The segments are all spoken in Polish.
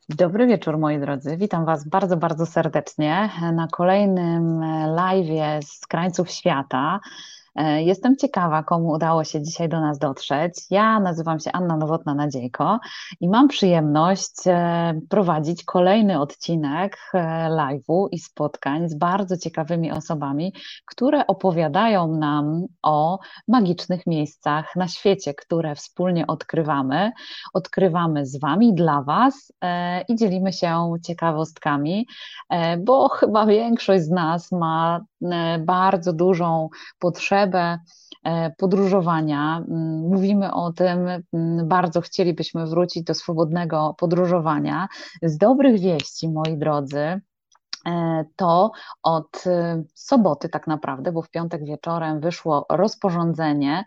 Dobry wieczór, moi drodzy. Witam Was bardzo, bardzo serdecznie na kolejnym live'ie z krańców świata. Jestem ciekawa, komu udało się dzisiaj do nas dotrzeć. Ja nazywam się Anna Nowotna-Nadziejko i mam przyjemność prowadzić kolejny odcinek live'u i spotkań z bardzo ciekawymi osobami, które opowiadają nam o magicznych miejscach na świecie, które wspólnie odkrywamy. Odkrywamy z Wami, dla Was i dzielimy się ciekawostkami, bo chyba większość z nas ma bardzo dużą potrzebę podróżowania. Mówimy o tym, bardzo chcielibyśmy wrócić do swobodnego podróżowania. Z dobrych wieści, moi drodzy, to od soboty tak naprawdę, bo w piątek wieczorem wyszło rozporządzenie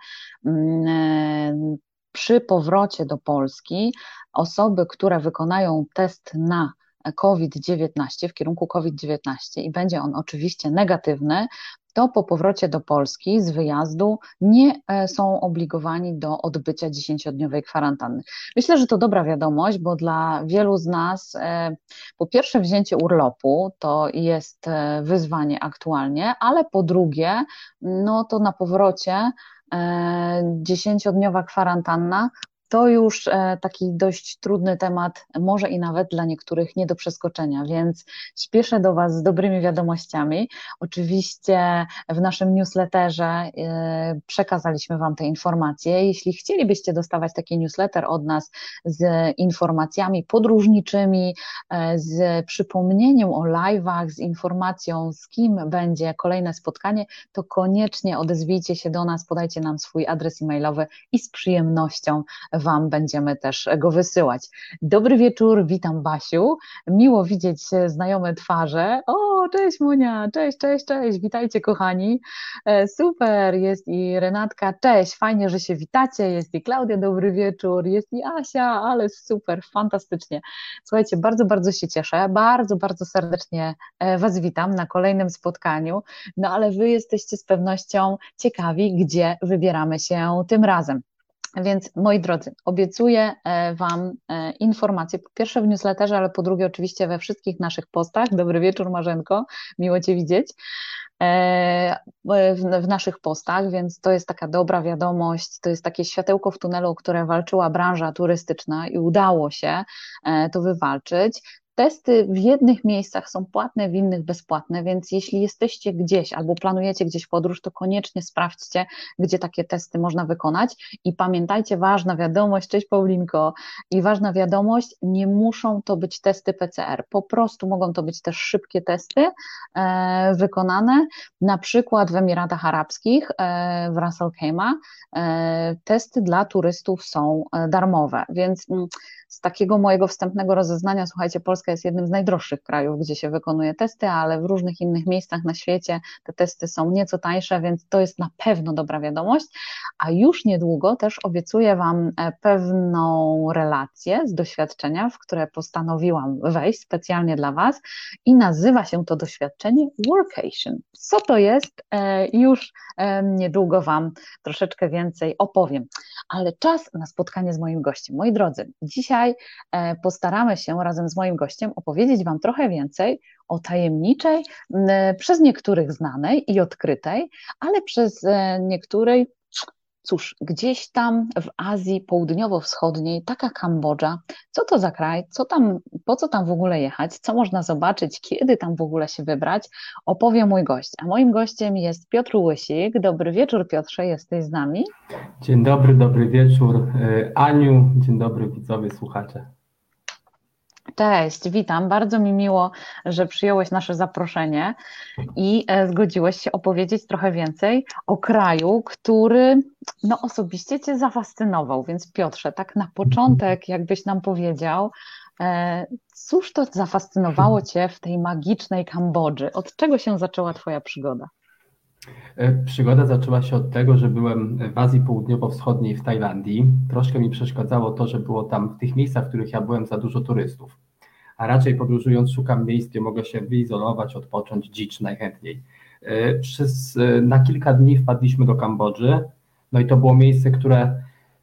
przy powrocie do Polski osoby, które wykonają test na COVID-19 w kierunku COVID-19 i będzie on oczywiście negatywny, to po powrocie do Polski z wyjazdu nie są obligowani do odbycia 10-dniowej kwarantanny. Myślę, że to dobra wiadomość, bo dla wielu z nas po pierwsze wzięcie urlopu to jest wyzwanie aktualnie, ale po drugie, no to na powrocie 10-dniowa kwarantanna to już taki dość trudny temat, może i nawet dla niektórych nie do przeskoczenia, więc śpieszę do Was z dobrymi wiadomościami. Oczywiście w naszym newsletterze przekazaliśmy Wam te informacje. Jeśli chcielibyście dostawać taki newsletter od nas z informacjami podróżniczymi, z przypomnieniem o live'ach, z informacją, z kim będzie kolejne spotkanie, to koniecznie odezwijcie się do nas, podajcie nam swój adres e-mailowy i z przyjemnością Wam będziemy też go wysyłać. Dobry wieczór, witam Basiu, miło widzieć znajome twarze. O, cześć Monia, cześć, cześć, cześć, witajcie kochani. Super, jest i Renatka, cześć, fajnie, że się witacie, jest i Klaudia, dobry wieczór, jest i Asia, ale super, fantastycznie. Słuchajcie, bardzo, bardzo się cieszę, bardzo, bardzo serdecznie Was witam na kolejnym spotkaniu, no ale Wy jesteście z pewnością ciekawi, gdzie wybieramy się tym razem. Więc moi drodzy, obiecuję Wam informacje, po pierwsze w newsletterze, ale po drugie oczywiście we wszystkich naszych postach. Dobry wieczór Marzenko, miło Cię widzieć. W naszych postach, więc to jest taka dobra wiadomość, to jest takie światełko w tunelu, o które walczyła branża turystyczna i udało się to wywalczyć. Testy w jednych miejscach są płatne, w innych bezpłatne, więc jeśli jesteście gdzieś albo planujecie gdzieś podróż, to koniecznie sprawdźcie, gdzie takie testy można wykonać i pamiętajcie, ważna wiadomość, cześć Paulinko, i ważna wiadomość, nie muszą to być testy PCR, po prostu mogą to być też szybkie testy wykonane, na przykład w Emiratach Arabskich, w Ras Al Khaimah, testy dla turystów są darmowe, więc z takiego mojego wstępnego rozeznania, słuchajcie, Polska jest jednym z najdroższych krajów, gdzie się wykonuje testy, ale w różnych innych miejscach na świecie te testy są nieco tańsze, więc to jest na pewno dobra wiadomość, a już niedługo też obiecuję Wam pewną relację z doświadczenia, w które postanowiłam wejść specjalnie dla Was i nazywa się to doświadczenie Workation. Co to jest? Już niedługo Wam troszeczkę więcej opowiem, ale czas na spotkanie z moim gościem. Moi drodzy, dzisiaj postaramy się razem z moim gościem opowiedzieć Wam trochę więcej o tajemniczej, przez niektórych znanej i odkrytej, ale przez niektórej, cóż, gdzieś tam w Azji Południowo-Wschodniej, taka Kambodża, co to za kraj, co tam, po co tam w ogóle jechać, co można zobaczyć, kiedy tam w ogóle się wybrać, opowie mój gość. A moim gościem jest Piotr Łysik. Dobry wieczór, Piotrze, jesteś z nami? Dzień dobry wieczór Aniu, dzień dobry widzowie, słuchacze. Cześć, witam. Bardzo mi miło, że przyjąłeś nasze zaproszenie i zgodziłeś się opowiedzieć trochę więcej o kraju, który no, osobiście Cię zafascynował. Więc Piotrze, tak na początek, jakbyś nam powiedział, cóż to zafascynowało Cię w tej magicznej Kambodży? Od czego się zaczęła Twoja przygoda? Przygoda zaczęła się od tego, że byłem w Azji Południowo-Wschodniej w Tajlandii. Troszkę mi przeszkadzało to, że było tam w tych miejscach, w których ja byłem, za dużo turystów. A raczej podróżując szukam miejsc, gdzie mogę się wyizolować, odpocząć, dzicz najchętniej. Na kilka dni wpadliśmy do Kambodży, no i to było miejsce, które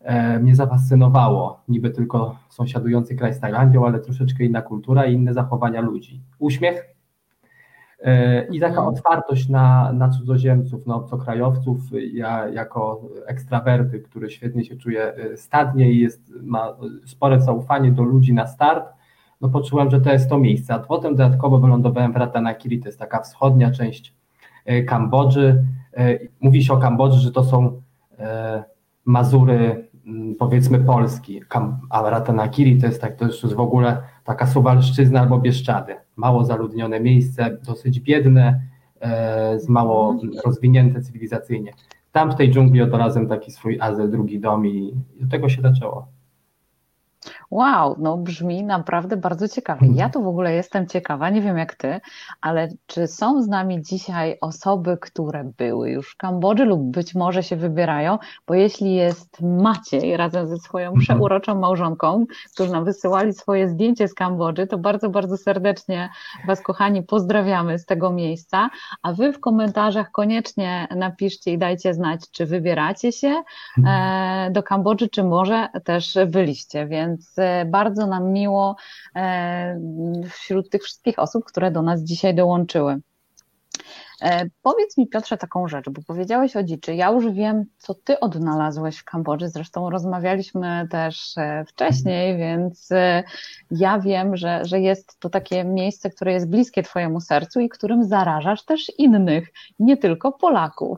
mnie zafascynowało. Niby tylko sąsiadujący kraj z Tajlandią, ale troszeczkę inna kultura i inne zachowania ludzi. Uśmiech i taka otwartość na cudzoziemców, na obcokrajowców. Ja jako ekstrawerty, który świetnie się czuje stadnie i ma spore zaufanie do ludzi na start, no poczułem, że to jest to miejsce. A potem dodatkowo wylądowałem w Ratanakiri, to jest taka wschodnia część Kambodży. Mówi się o Kambodży, że to są Mazury, powiedzmy Polski, a Ratanakiri to już w ogóle taka Suwalszczyzna albo Bieszczady. Mało zaludnione miejsce, dosyć biedne, mało rozwinięte cywilizacyjnie. Tam w tej dżungli odnalazłem taki swój azyl, drugi dom i od tego się zaczęło. Wow, no brzmi naprawdę bardzo ciekawie. Ja tu w ogóle jestem ciekawa, nie wiem jak ty, ale czy są z nami dzisiaj osoby, które były już w Kambodży lub być może się wybierają, bo jeśli jest Maciej razem ze swoją przeuroczą małżonką, którzy nam wysyłali swoje zdjęcie z Kambodży, to bardzo, bardzo serdecznie Was, kochani, pozdrawiamy z tego miejsca, a Wy w komentarzach koniecznie napiszcie i dajcie znać, czy wybieracie się do Kambodży, czy może też byliście, więc bardzo nam miło wśród tych wszystkich osób, które do nas dzisiaj dołączyły. Powiedz mi, Piotrze, taką rzecz, bo powiedziałeś o dziczy. Ja już wiem, co ty odnalazłeś w Kambodży, zresztą rozmawialiśmy też wcześniej, więc ja wiem, że jest to takie miejsce, które jest bliskie twojemu sercu i którym zarażasz też innych, nie tylko Polaków.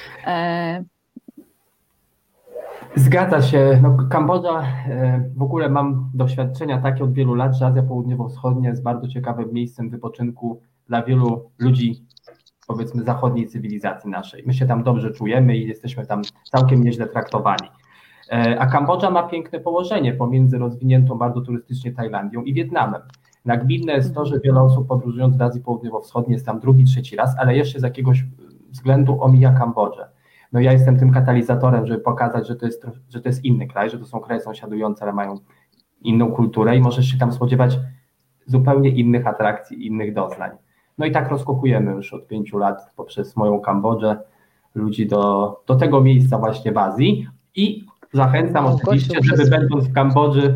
Zgadza się. No, Kambodża, w ogóle mam doświadczenia takie od wielu lat, że Azja Południowo-Wschodnia jest bardzo ciekawym miejscem wypoczynku dla wielu ludzi, powiedzmy, zachodniej cywilizacji naszej. My się tam dobrze czujemy i jesteśmy tam całkiem nieźle traktowani. A Kambodża ma piękne położenie pomiędzy rozwiniętą bardzo turystycznie Tajlandią i Wietnamem. Nagminne jest to, że wiele osób podróżując do Azji Południowo-Wschodniej jest tam drugi, trzeci raz, ale jeszcze z jakiegoś względu omija Kambodżę. No ja jestem tym katalizatorem, żeby pokazać, że to jest inny kraj, że to są kraje sąsiadujące, ale mają inną kulturę i możesz się tam spodziewać zupełnie innych atrakcji, innych doznań. No i tak rozkokujemy już od 5 lat poprzez moją Kambodżę ludzi do tego miejsca właśnie w Azji i zachęcam oczywiście, żeby będąc w Kambodży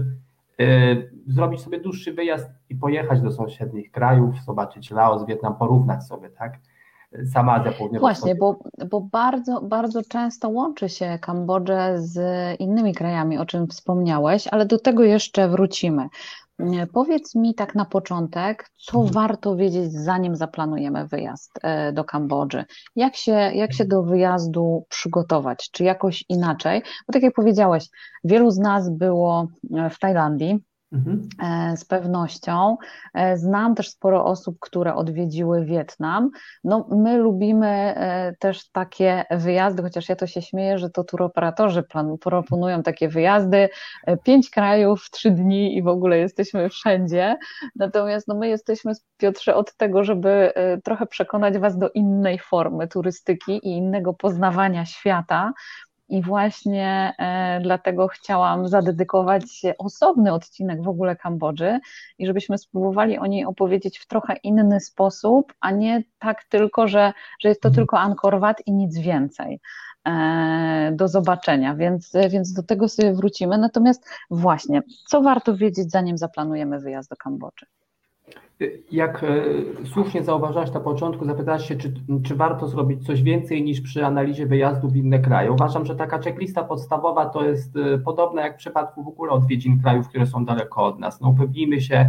zrobić sobie dłuższy wyjazd i pojechać do sąsiednich krajów, zobaczyć Laos, Wietnam, porównać sobie, tak? Sama Azja Południowa. Właśnie, bo bardzo, bardzo często łączy się Kambodżę z innymi krajami, o czym wspomniałeś, ale do tego jeszcze wrócimy. Powiedz mi tak na początek, co warto wiedzieć, zanim zaplanujemy wyjazd do Kambodży? Jak się do wyjazdu przygotować? Czy jakoś inaczej? Bo tak jak powiedziałeś, wielu z nas było w Tajlandii. Z pewnością. Znam też sporo osób, które odwiedziły Wietnam. No, my lubimy też takie wyjazdy, chociaż ja to się śmieję, że to turoperatorzy proponują takie wyjazdy, 5 krajów, 3 dni i w ogóle jesteśmy wszędzie. Natomiast no, my jesteśmy, Piotrze, od tego, żeby trochę przekonać Was do innej formy turystyki i innego poznawania świata. I właśnie dlatego chciałam zadedykować osobny odcinek w ogóle Kambodży i żebyśmy spróbowali o niej opowiedzieć w trochę inny sposób, a nie tak tylko, że jest to tylko Angkor Wat i nic więcej do zobaczenia, więc do tego sobie wrócimy. Natomiast właśnie, co warto wiedzieć, zanim zaplanujemy wyjazd do Kambodży? Jak słusznie zauważyłaś na początku, zapytałaś się, czy warto zrobić coś więcej niż przy analizie wyjazdu w inne kraje. Uważam, że taka checklista podstawowa to jest podobna jak w przypadku w ogóle odwiedzin krajów, które są daleko od nas. No, upewnijmy się,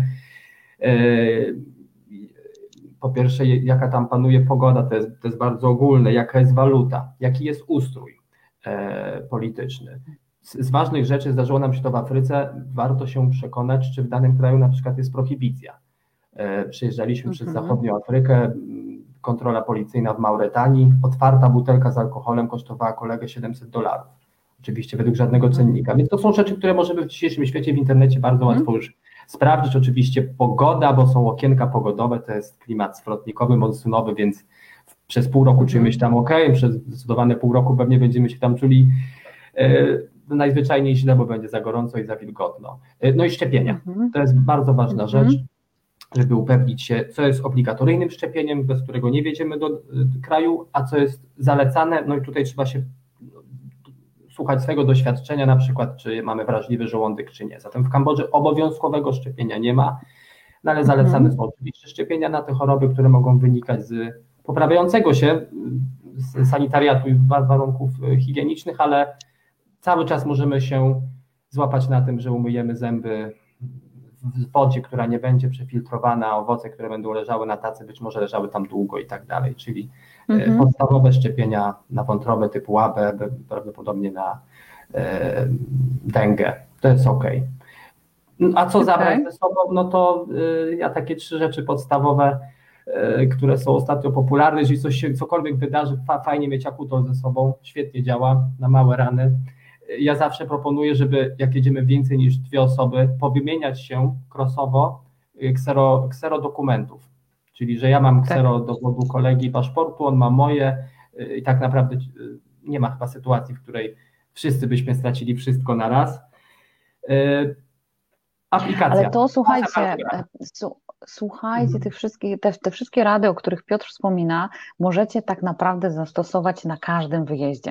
po pierwsze, jaka tam panuje pogoda, to jest bardzo ogólne, jaka jest waluta, jaki jest ustrój polityczny. Z ważnych rzeczy, zdarzyło nam się to w Afryce, warto się przekonać, czy w danym kraju na przykład jest prohibicja. Przyjeżdżaliśmy przez zachodnią Afrykę, kontrola policyjna w Mauretanii, otwarta butelka z alkoholem kosztowała kolegę $700. Oczywiście według żadnego cennika. Więc to są rzeczy, które możemy w dzisiejszym świecie w internecie bardzo łatwo już sprawdzić. Oczywiście pogoda, bo są okienka pogodowe, to jest klimat zwrotnikowy, monsunowy, więc przez pół roku czujemy się tam ok, przez zdecydowane pół roku pewnie będziemy się tam czuli najzwyczajniej źle, bo będzie za gorąco i za wilgotno. No i szczepienia. To jest bardzo ważna rzecz, żeby upewnić się, co jest obligatoryjnym szczepieniem, bez którego nie wjedziemy do kraju, a co jest zalecane. No i tutaj trzeba się słuchać swojego doświadczenia, na przykład czy mamy wrażliwy żołądek, czy nie. Zatem w Kambodży obowiązkowego szczepienia nie ma, no ale zalecane są oczywiście szczepienia na te choroby, które mogą wynikać z poprawiającego się sanitariatu i warunków higienicznych, ale cały czas możemy się złapać na tym, że umyjemy zęby w wodzie, która nie będzie przefiltrowana, owoce, które będą leżały na tacy, być może leżały tam długo i tak dalej, czyli podstawowe szczepienia na wątrobę typu AB, prawdopodobnie na dengę, to jest ok. A co zabrać ze sobą? No to ja takie 3 rzeczy podstawowe, które są ostatnio popularne, jeżeli coś się, cokolwiek wydarzy, fajnie mieć akutol ze sobą, świetnie działa na małe rany. Ja zawsze proponuję, żeby jak jedziemy więcej niż 2 osoby, powymieniać się crossowo ksero dokumentów, czyli że ja mam ksero dowodu kolegi paszportu, on ma moje i tak naprawdę nie ma chyba sytuacji, w której wszyscy byśmy stracili wszystko na raz. Aplikacja. Ale to słuchajcie, te wszystkie rady, o których Piotr wspomina, możecie tak naprawdę zastosować na każdym wyjeździe.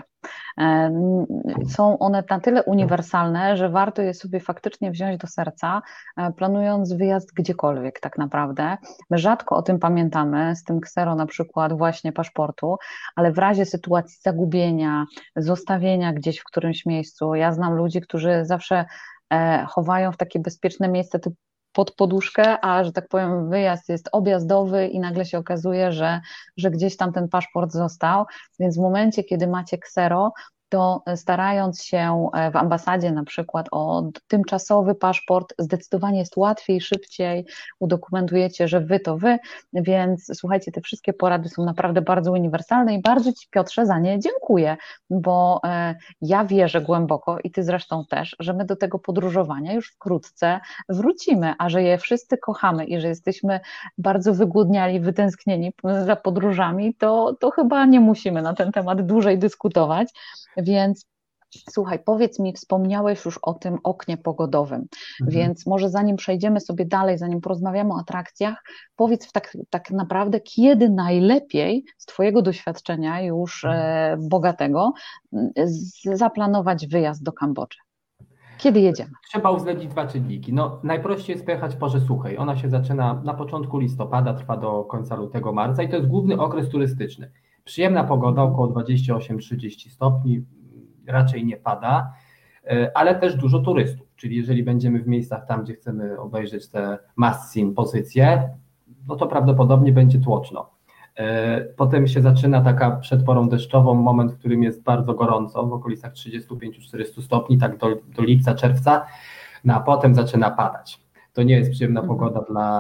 Są one na tyle uniwersalne, że warto je sobie faktycznie wziąć do serca, planując wyjazd gdziekolwiek tak naprawdę. My rzadko o tym pamiętamy, z tym ksero na przykład właśnie paszportu, ale w razie sytuacji zagubienia, zostawienia gdzieś w którymś miejscu, ja znam ludzi, którzy zawsze chowają w takie bezpieczne miejsce typu pod poduszkę, a że tak powiem wyjazd jest objazdowy i nagle się okazuje, że gdzieś tam ten paszport został, więc w momencie, kiedy macie ksero, to starając się w ambasadzie na przykład o tymczasowy paszport, zdecydowanie jest łatwiej, szybciej, udokumentujecie, że wy to wy, więc słuchajcie, te wszystkie porady są naprawdę bardzo uniwersalne i bardzo Ci, Piotrze, za nie dziękuję, bo ja wierzę głęboko i Ty zresztą też, że my do tego podróżowania już wkrótce wrócimy, a że je wszyscy kochamy i że jesteśmy bardzo wygłodniali, wytęsknieni za podróżami, to chyba nie musimy na ten temat dłużej dyskutować. Więc słuchaj, powiedz mi, wspomniałeś już o tym oknie pogodowym, więc może zanim przejdziemy sobie dalej, zanim porozmawiamy o atrakcjach, powiedz tak naprawdę, kiedy najlepiej z Twojego doświadczenia już bogatego zaplanować wyjazd do Kambodży? Kiedy jedziemy? Trzeba uwzględnić 2 czynniki. No, najprościej jest pojechać w porze suchej. Ona się zaczyna na początku listopada, trwa do końca lutego, marca i to jest główny okres turystyczny. Przyjemna pogoda, około 28-30 stopni, raczej nie pada, ale też dużo turystów, czyli jeżeli będziemy w miejscach tam, gdzie chcemy obejrzeć te must-see pozycje, no to prawdopodobnie będzie tłoczno. Potem się zaczyna taka przed porą deszczową moment, w którym jest bardzo gorąco, w okolicach 35-40 stopni, tak do lipca, czerwca, no a potem zaczyna padać. To nie jest przyjemna pogoda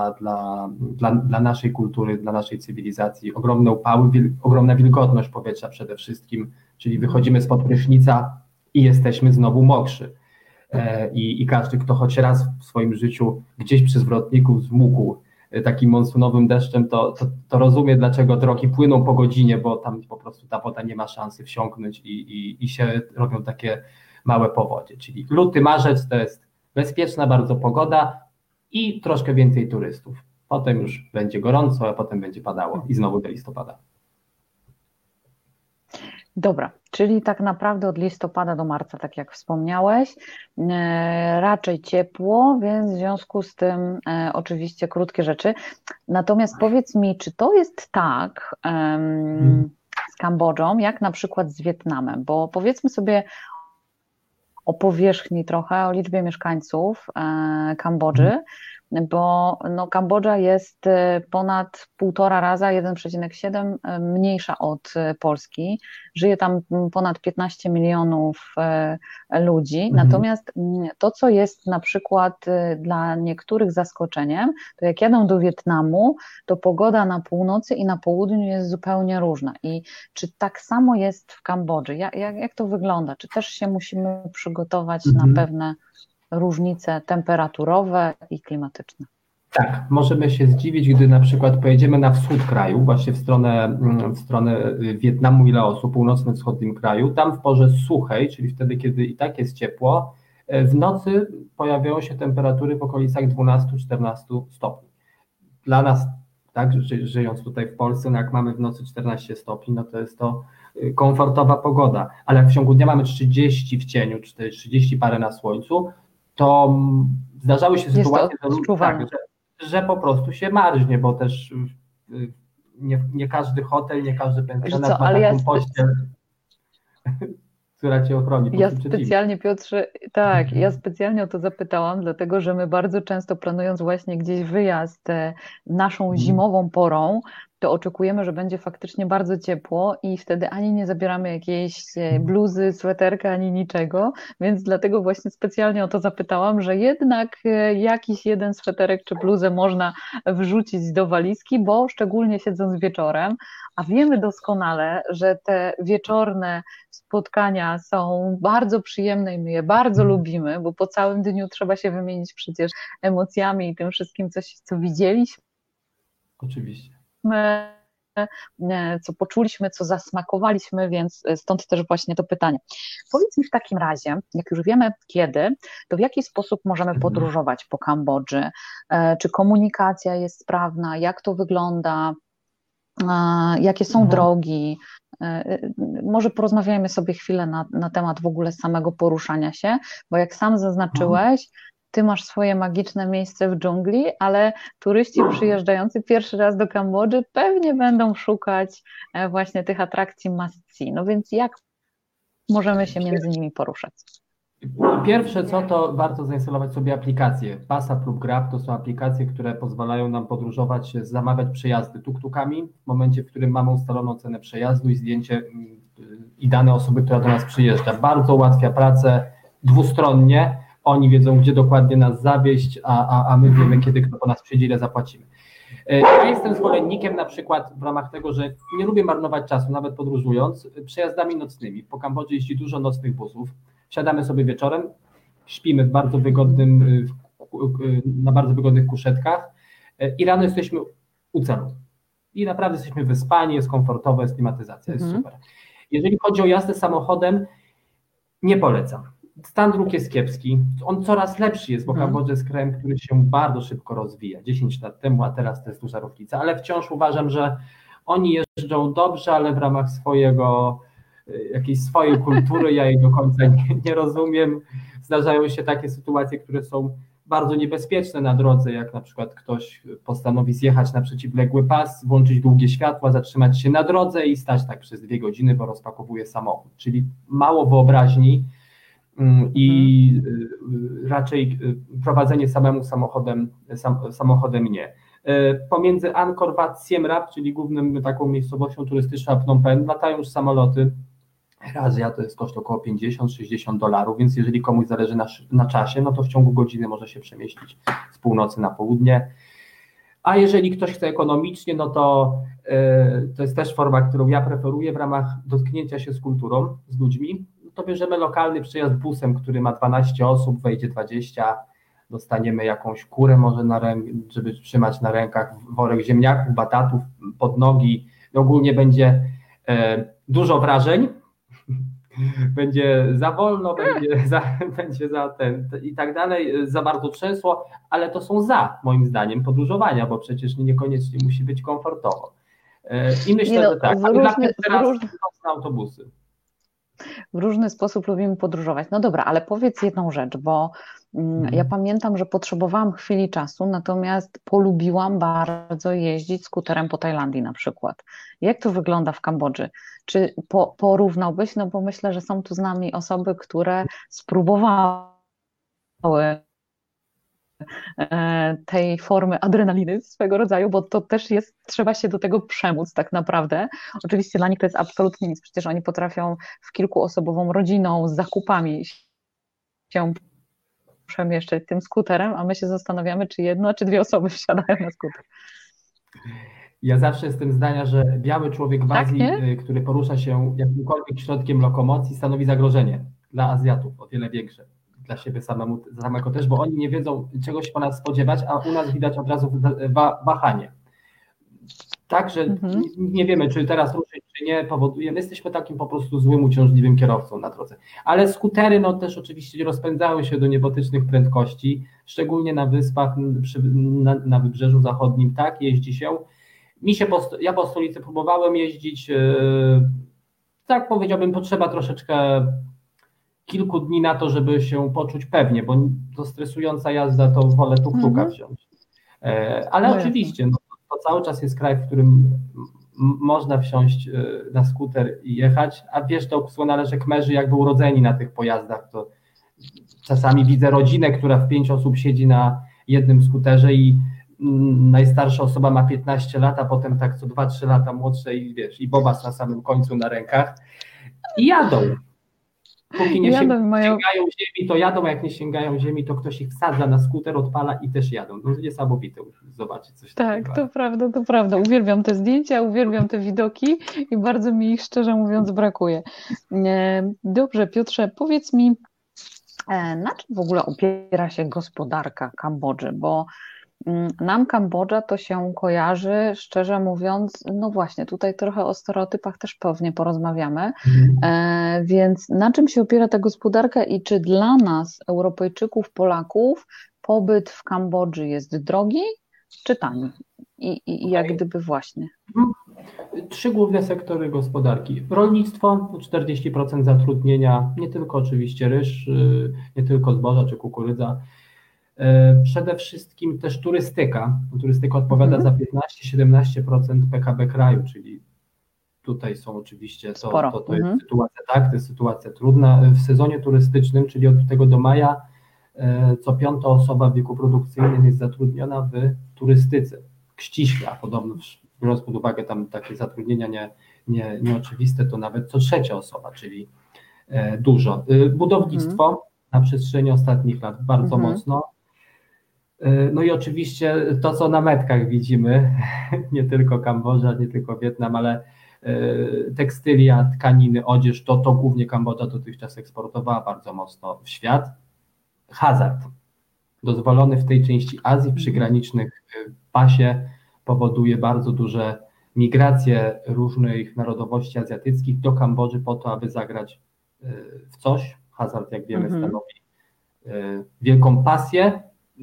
dla naszej kultury, dla naszej cywilizacji. Ogromne upały, ogromna wilgotność powietrza przede wszystkim, czyli wychodzimy spod prysznica i jesteśmy znowu mokrzy. I każdy, kto choć raz w swoim życiu gdzieś przy zwrotniku zmógł takim monsunowym deszczem, to rozumie, dlaczego drogi płyną po godzinie, bo tam po prostu ta woda nie ma szansy wsiąknąć i się robią takie małe powodzie. Czyli luty, marzec to jest bezpieczna bardzo pogoda, i troszkę więcej turystów. Potem już będzie gorąco, a potem będzie padało i znowu do listopada. Dobra, czyli tak naprawdę od listopada do marca, tak jak wspomniałeś, raczej ciepło, więc w związku z tym oczywiście krótkie rzeczy. Natomiast powiedz mi, czy to jest tak z Kambodżą, jak na przykład z Wietnamem, bo powiedzmy sobie o powierzchni trochę, o liczbie mieszkańców Kambodży, bo no, Kambodża jest ponad 1,5 raza, 1,7 mniejsza od Polski. Żyje tam ponad 15 milionów ludzi. Natomiast to, co jest na przykład dla niektórych zaskoczeniem, to jak jadą do Wietnamu, to pogoda na północy i na południu jest zupełnie różna. I czy tak samo jest w Kambodży? Jak to wygląda? Czy też się musimy przygotować na pewne różnice temperaturowe i klimatyczne? Tak, możemy się zdziwić, gdy na przykład pojedziemy na wschód kraju, właśnie w stronę Wietnamu i Laosu, północno-wschodnim kraju, tam w porze suchej, czyli wtedy, kiedy i tak jest ciepło, w nocy pojawiają się temperatury w okolicach 12-14 stopni. Dla nas, tak, żyjąc tutaj w Polsce, no jak mamy w nocy 14 stopni, no to jest to komfortowa pogoda, ale jak w ciągu dnia mamy 30 w cieniu, czy 30 parę na słońcu, to zdarzały się sytuacje, że po prostu się marznie, bo też nie każdy hotel, nie każdy pensjonat ma taką pościel, która cię ochroni. Ja specjalnie, Piotrze, tak, ja specjalnie o to zapytałam, dlatego że my bardzo często planując właśnie gdzieś wyjazd naszą zimową porą, to oczekujemy, że będzie faktycznie bardzo ciepło i wtedy ani nie zabieramy jakiejś bluzy, sweterka, ani niczego, więc dlatego właśnie specjalnie o to zapytałam, że jednak jakiś jeden sweterek czy bluzę można wrzucić do walizki, bo szczególnie siedząc wieczorem, a wiemy doskonale, że te wieczorne spotkania są bardzo przyjemne i my je bardzo lubimy, bo po całym dniu trzeba się wymienić przecież emocjami i tym wszystkim, co widzieliśmy. Oczywiście. Co poczuliśmy, co zasmakowaliśmy, więc stąd też właśnie to pytanie. Powiedz mi w takim razie, jak już wiemy kiedy, to w jaki sposób możemy podróżować po Kambodży? Czy komunikacja jest sprawna? Jak to wygląda? Jakie są drogi? Może porozmawiajmy sobie chwilę na temat w ogóle samego poruszania się, bo jak sam zaznaczyłeś, ty masz swoje magiczne miejsce w dżungli, ale turyści przyjeżdżający pierwszy raz do Kambodży pewnie będą szukać właśnie tych atrakcji must-see. No więc jak możemy się między nimi poruszać? Pierwsze co, to warto zainstalować sobie aplikacje. Pasap lub Grab to są aplikacje, które pozwalają nam podróżować, zamawiać przejazdy tuk-tukami w momencie, w którym mamy ustaloną cenę przejazdu i zdjęcie i dane osoby, która do nas przyjeżdża. Bardzo ułatwia pracę dwustronnie. Oni wiedzą, gdzie dokładnie nas zawieźć, a my wiemy, kiedy kto po nas przyjdzie, ile zapłacimy. Ja jestem zwolennikiem na przykład w ramach tego, że nie lubię marnować czasu, nawet podróżując, przejazdami nocnymi. Po Kambodży jeździ dużo nocnych busów. Wsiadamy sobie wieczorem, śpimy w bardzo wygodnym, na bardzo wygodnych kuszetkach i rano jesteśmy u celu. I naprawdę jesteśmy wyspani, jest komfortowo, jest klimatyzacja, jest super. Jeżeli chodzi o jazdę samochodem, nie polecam. Stan dróg jest kiepski, on coraz lepszy jest, bo Kambodża jest krajem, który się bardzo szybko rozwija. 10 lat temu, a teraz to jest duża różnica, ale wciąż uważam, że oni jeżdżą dobrze, ale w ramach jakiejś swojej kultury, ja jej do końca nie rozumiem. Zdarzają się takie sytuacje, które są bardzo niebezpieczne na drodze, jak na przykład ktoś postanowi zjechać na przeciwległy pas, włączyć długie światła, zatrzymać się na drodze i stać tak przez 2 godziny, bo rozpakowuje samochód. Czyli mało wyobraźni i raczej prowadzenie samemu samochodem nie. Pomiędzy Angkor Wat, Siem Reap, czyli główną taką miejscowością turystyczną, a Phnom Penh, latają już samoloty. Razja to jest koszt około $50-60, więc jeżeli komuś zależy na czasie, no to w ciągu godziny może się przemieścić z północy na południe. A jeżeli ktoś chce ekonomicznie, no to jest też forma, którą ja preferuję w ramach dotknięcia się z kulturą, z ludźmi. To bierzemy lokalny przejazd busem, który ma 12 osób, wejdzie 20, dostaniemy jakąś kurę może żeby trzymać na rękach, worek ziemniaków, batatów pod nogi. Ogólnie będzie dużo wrażeń, będzie za wolno, będzie za i tak dalej, za bardzo trzęsło, ale to są moim zdaniem podróżowania, bo przecież niekoniecznie musi być komfortowo. I myślę, że tak, ale dla mnie teraz są autobusy. W różny sposób lubimy podróżować. No dobra, ale powiedz jedną rzecz, bo ja pamiętam, że potrzebowałam chwili czasu, natomiast polubiłam bardzo jeździć skuterem po Tajlandii na przykład. Jak to wygląda w Kambodży? Czy porównałbyś? No bo myślę, że są tu z nami osoby, które spróbowały tej formy adrenaliny swego rodzaju, bo to też jest, trzeba się do tego przemóc tak naprawdę. Oczywiście dla nich to jest absolutnie nic, przecież oni potrafią w kilkuosobową rodziną z zakupami się przemieszczać tym skuterem, a my się zastanawiamy, czy 1 czy 2 osoby wsiadają na skuter. Ja zawsze jestem zdania, że biały człowiek w Azji, który porusza się jakimkolwiek środkiem lokomocji, stanowi zagrożenie dla Azjatów, o wiele większe. Dla siebie samego też, bo oni nie wiedzą, czego się po nas spodziewać, a u nas widać od razu wahanie. Także nie wiemy, czy teraz ruszyć, czy nie, powoduje. My jesteśmy takim po prostu złym, uciążliwym kierowcą na drodze. Ale skutery też oczywiście rozpędzały się do niebotycznych prędkości, szczególnie na wyspach, na Wybrzeżu Zachodnim, tak, jeździ się. Ja po stolicy próbowałem jeździć, tak powiedziałbym, potrzeba troszeczkę kilku dni na to, żeby się poczuć pewnie, bo to stresująca jazda, to wolę tuk-tuka wziąć. Ale No oczywiście, no, to cały czas jest kraj, w którym można wsiąść na skuter i jechać, a wiesz, to doskonale, Kmerzy jakby urodzeni na tych pojazdach, to czasami widzę rodzinę, która w 5 osób siedzi na jednym skuterze i najstarsza osoba ma 15 lat, a potem tak co 2-3 lata młodsze i wiesz, i bobas na samym końcu na rękach i jadą. Póki nie sięgają ziemi, to jadą, a jak nie sięgają ziemi, to ktoś ich wsadza na skuter, odpala i też jadą. No niesamowite zobaczyć coś takiego. Tak, to prawda. Uwielbiam te zdjęcia, uwielbiam te widoki i bardzo mi ich, szczerze mówiąc, brakuje. Dobrze, Piotrze, powiedz mi, na czym w ogóle opiera się gospodarka Kambodży? Bo nam Kambodża to się kojarzy, szczerze mówiąc, no właśnie, tutaj trochę o stereotypach też pewnie porozmawiamy, więc na czym się opiera ta gospodarka i czy dla nas, Europejczyków, Polaków, pobyt w Kambodży jest drogi czy tani? I jak gdyby właśnie. 3 główne sektory gospodarki. Rolnictwo, 40% zatrudnienia, nie tylko oczywiście ryż, nie tylko zboża czy kukurydza. Przede wszystkim też turystyka. Turystyka odpowiada za 15-17% PKB kraju, czyli tutaj są oczywiście, to jest sytuacja, tak, to jest sytuacja trudna. W sezonie turystycznym, czyli od lutego do maja, co 5. osoba w wieku produkcyjnym jest zatrudniona w turystyce. Ściśle, a podobno biorąc pod uwagę tam takie zatrudnienia nieoczywiste, to nawet co 3. osoba, czyli dużo. Budownictwo na przestrzeni ostatnich lat bardzo mocno. No i oczywiście to, co na metkach widzimy, nie tylko Kambodża, nie tylko Wietnam, ale tekstylia, tkaniny, odzież, to głównie Kambodża dotychczas eksportowała bardzo mocno w świat. Hazard, dozwolony w tej części Azji, w przygranicznych pasie, powoduje bardzo duże migracje różnych narodowości azjatyckich do Kambodży po to, aby zagrać w coś. Hazard, jak wiemy, stanowi wielką pasję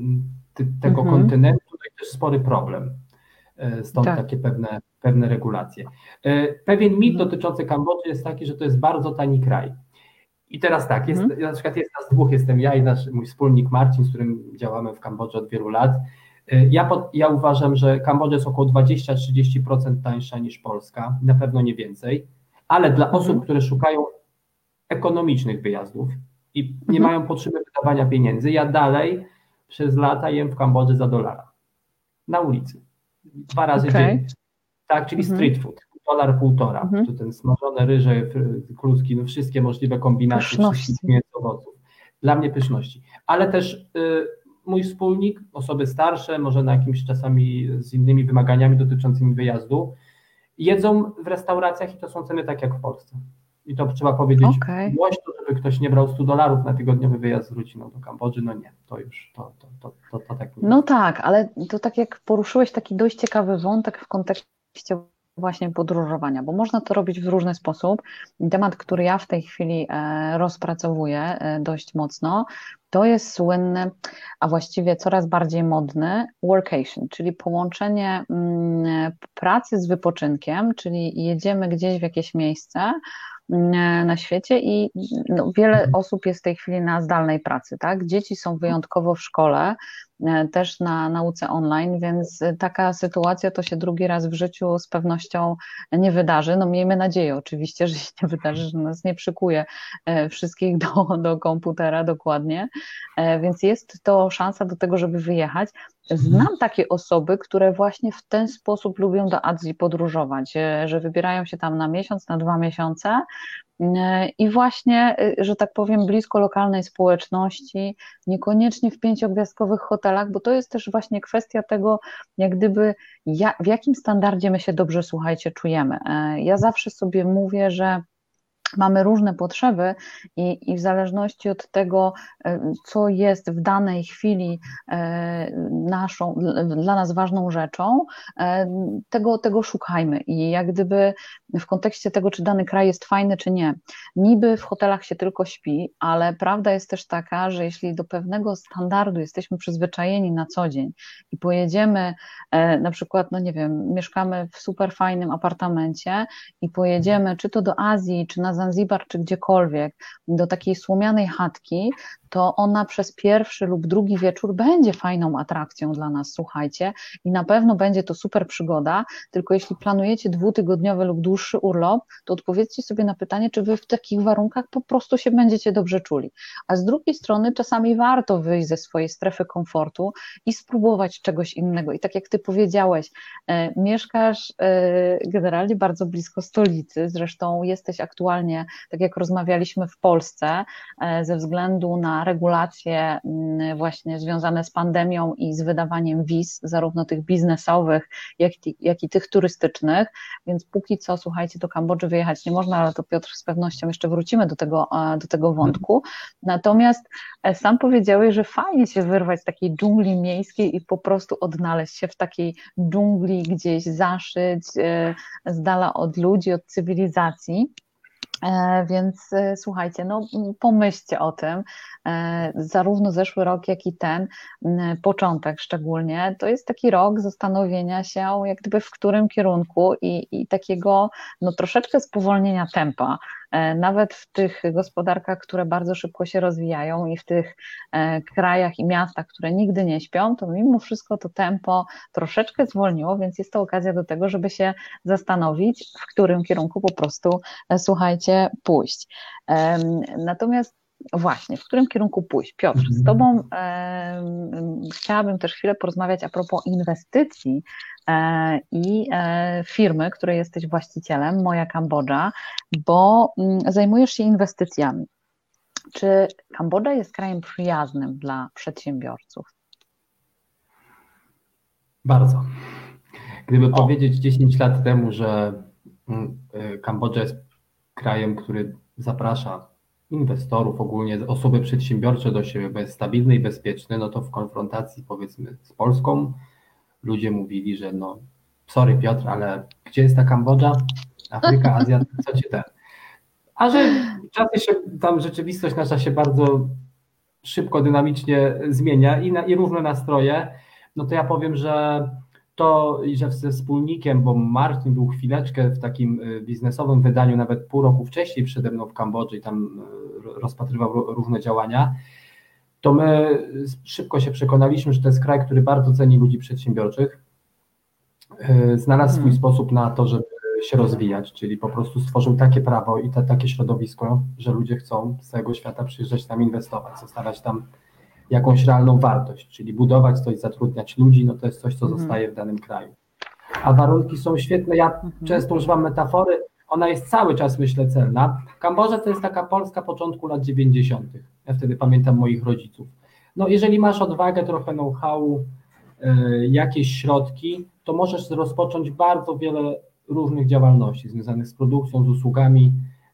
tego kontynentu, no i też spory problem. Stąd takie pewne regulacje. Pewien mit dotyczący Kambodży jest taki, że to jest bardzo tani kraj. I teraz tak, na przykład jest nas 2, jestem ja i mój wspólnik Marcin, z którym działamy w Kambodży od wielu lat. Ja uważam, że Kambodża jest około 20-30% tańsza niż Polska, na pewno nie więcej, ale dla osób, które szukają ekonomicznych wyjazdów i nie mają potrzeby wydawania pieniędzy, ja dalej przez lata jem w Kambodży za $1 na ulicy. 2 razy dziennie. Tak, czyli street food. $1,50. To ten smażone ryże, kluski, no wszystkie możliwe kombinacje, wszystkich mięs, owoców. Dla mnie pyszności. Ale też mój wspólnik, osoby starsze, może na jakimś czasami z innymi wymaganiami dotyczącymi wyjazdu, jedzą w restauracjach i to są ceny tak jak w Polsce. I to trzeba powiedzieć głośno, żeby ktoś nie brał $100 na tygodniowy wyjazd z rodziną do Kambodży. No nie, to już to tak nie. No tak, ale to tak jak poruszyłeś taki dość ciekawy wątek w kontekście właśnie podróżowania, bo można to robić w różny sposób. Temat, który ja w tej chwili rozpracowuję dość mocno, to jest słynny, a właściwie coraz bardziej modny workation, czyli połączenie pracy z wypoczynkiem, czyli jedziemy gdzieś w jakieś miejsce na świecie i wiele osób jest w tej chwili na zdalnej pracy, tak? Dzieci są wyjątkowo w szkole, też na nauce online, więc taka sytuacja to się drugi raz w życiu z pewnością nie wydarzy. No miejmy nadzieję oczywiście, że się nie wydarzy, że nas nie przykuje wszystkich do komputera dokładnie, więc jest to szansa do tego, żeby wyjechać. Znam takie osoby, które właśnie w ten sposób lubią do Azji podróżować, że wybierają się tam na miesiąc, na 2 miesiące i właśnie, że tak powiem, blisko lokalnej społeczności, niekoniecznie w 5-gwiazdkowych hotelach, bo to jest też właśnie kwestia tego, jak gdyby w jakim standardzie my się dobrze, słuchajcie, czujemy. Ja zawsze sobie mówię, że mamy różne potrzeby i w zależności od tego, co jest w danej chwili dla nas ważną rzeczą, tego szukajmy i jak gdyby w kontekście tego, czy dany kraj jest fajny, czy nie. Niby w hotelach się tylko śpi, ale prawda jest też taka, że jeśli do pewnego standardu jesteśmy przyzwyczajeni na co dzień i pojedziemy na przykład, no nie wiem, mieszkamy w super fajnym apartamencie i pojedziemy czy to do Azji, czy na Zanzibar, czy gdziekolwiek, do takiej słomianej chatki, to ona przez pierwszy lub drugi wieczór będzie fajną atrakcją dla nas, słuchajcie, i na pewno będzie to super przygoda, tylko jeśli planujecie 2-tygodniowy lub dłuższy urlop, to odpowiedzcie sobie na pytanie, czy wy w takich warunkach po prostu się będziecie dobrze czuli. A z drugiej strony czasami warto wyjść ze swojej strefy komfortu i spróbować czegoś innego. I tak jak ty powiedziałeś, mieszkasz generalnie bardzo blisko stolicy, zresztą jesteś aktualnie, tak jak rozmawialiśmy, w Polsce, ze względu na regulacje właśnie związane z pandemią i z wydawaniem wiz, zarówno tych biznesowych, jak i tych turystycznych, więc póki co, słuchajcie, do Kambodży wyjechać nie można, ale to Piotr z pewnością jeszcze wrócimy do tego wątku. Natomiast sam powiedziałeś, że fajnie się wyrwać z takiej dżungli miejskiej i po prostu odnaleźć się w takiej dżungli, gdzieś zaszyć, z dala od ludzi, od cywilizacji. Więc słuchajcie, no pomyślcie o tym, zarówno zeszły rok, jak i ten, początek szczególnie, to jest taki rok zastanowienia się, jak gdyby w którym kierunku i takiego no troszeczkę spowolnienia tempa, nawet w tych gospodarkach, które bardzo szybko się rozwijają i w tych krajach i miastach, które nigdy nie śpią, to mimo wszystko to tempo troszeczkę zwolniło, więc jest to okazja do tego, żeby się zastanowić, w którym kierunku po prostu, słuchajcie, pójść. Natomiast właśnie, w którym kierunku pójść? Piotr, z Tobą chciałabym też chwilę porozmawiać a propos inwestycji i firmy, której jesteś właścicielem, Moja Kambodża, bo zajmujesz się inwestycjami. Czy Kambodża jest krajem przyjaznym dla przedsiębiorców? Bardzo. Gdyby powiedzieć 10 lat temu, że Kambodża jest krajem, który zaprasza inwestorów, ogólnie osoby przedsiębiorcze do siebie, bo jest stabilny i bezpieczny, no to w konfrontacji powiedzmy z Polską ludzie mówili, że no sorry Piotr, ale gdzie jest ta Kambodża? Afryka, Azja, co ci ten? A że czasy się, tam rzeczywistość nasza się bardzo szybko, dynamicznie zmienia i różne nastroje, no to ja powiem, że to, że ze wspólnikiem, bo Marcin był chwileczkę w takim biznesowym wydaniu, nawet pół roku wcześniej przede mną w Kambodży i tam rozpatrywał różne działania, to my szybko się przekonaliśmy, że to jest kraj, który bardzo ceni ludzi przedsiębiorczych. Znalazł swój sposób na to, żeby się rozwijać, czyli po prostu stworzył takie prawo i takie środowisko, że ludzie chcą z całego świata przyjeżdżać tam inwestować, zostawiać tam jakąś realną wartość, czyli budować coś, zatrudniać ludzi, no to jest coś, co zostaje w danym kraju. A warunki są świetne, ja często używam metafory, ona jest cały czas, myślę, celna. Kambodża to jest taka Polska początku lat 90. Ja wtedy pamiętam moich rodziców. No jeżeli masz odwagę, trochę know-how, jakieś środki, to możesz rozpocząć bardzo wiele różnych działalności związanych z produkcją, z usługami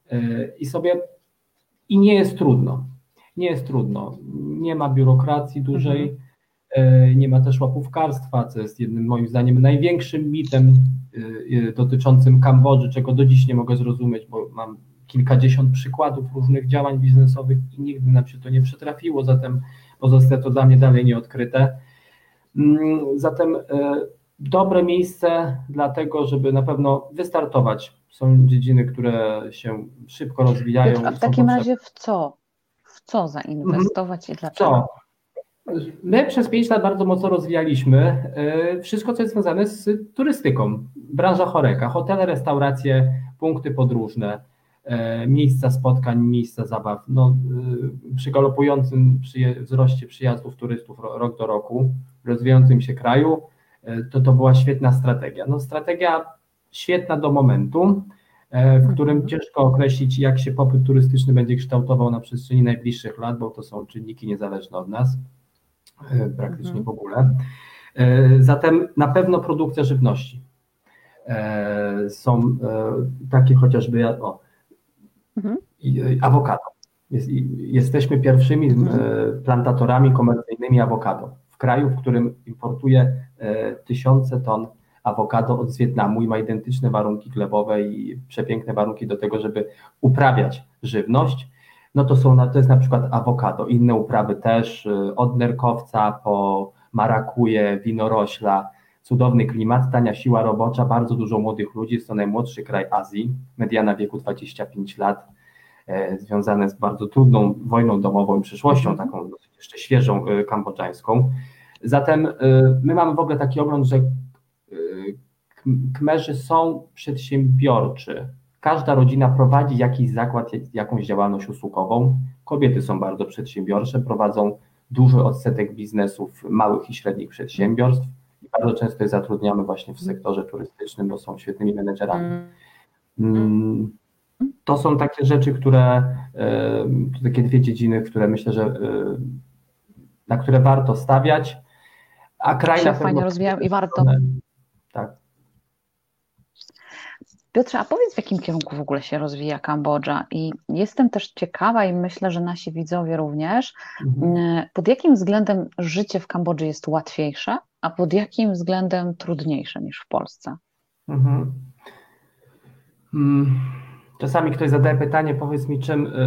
i nie jest trudno. Nie jest trudno. Nie ma biurokracji dużej, nie ma też łapówkarstwa, co jest jednym moim zdaniem największym mitem dotyczącym Kambodży, czego do dziś nie mogę zrozumieć, bo mam kilkadziesiąt przykładów różnych działań biznesowych i nigdy nam się to nie przytrafiło, zatem pozostaje to dla mnie dalej nieodkryte. Zatem dobre miejsce dlatego, żeby na pewno wystartować. Są dziedziny, które się szybko rozwijają. A w takim razie w co? W co zainwestować i dlaczego? My przez 5 lat bardzo mocno rozwijaliśmy wszystko, co jest związane z turystyką. Branża HoReCa, hotele, restauracje, punkty podróżne, miejsca spotkań, miejsca zabaw. No, przy galopującym wzroście przyjazdów turystów rok do roku, w rozwijającym się kraju, to była świetna strategia. No, strategia świetna do momentu, w którym ciężko określić, jak się popyt turystyczny będzie kształtował na przestrzeni najbliższych lat, bo to są czynniki niezależne od nas, praktycznie w ogóle. Zatem na pewno produkcja żywności. Są takie chociażby, Mhm. Awokado. Jesteśmy pierwszymi plantatorami komercyjnymi awokado w kraju, w którym importuje tysiące ton awokado od Wietnamu i ma identyczne warunki glebowe i przepiękne warunki do tego, żeby uprawiać żywność. No to jest na przykład awokado, inne uprawy też, od nerkowca po marakuję, winorośla, cudowny klimat, tania siła robocza, bardzo dużo młodych ludzi, jest to najmłodszy kraj Azji, mediana wieku 25 lat, związane z bardzo trudną wojną domową i przyszłością, taką jeszcze świeżą kambodżańską. Zatem my mamy w ogóle taki ogląd, że Kmerzy są przedsiębiorczy. Każda rodzina prowadzi jakiś zakład, jakąś działalność usługową. Kobiety są bardzo przedsiębiorcze, prowadzą duży odsetek biznesów małych i średnich przedsiębiorstw i bardzo często je zatrudniamy właśnie w sektorze turystycznym, bo są świetnymi menedżerami. To są takie rzeczy, to takie dwie dziedziny, które myślę, że na które warto stawiać, a kraj na pewno fajnie rozwijam i warto. Tak. Piotrze, a powiedz, w jakim kierunku w ogóle się rozwija Kambodża? I jestem też ciekawa i myślę, że nasi widzowie również, pod jakim względem życie w Kambodży jest łatwiejsze, a pod jakim względem trudniejsze niż w Polsce? Czasami ktoś zadaje pytanie, powiedz mi,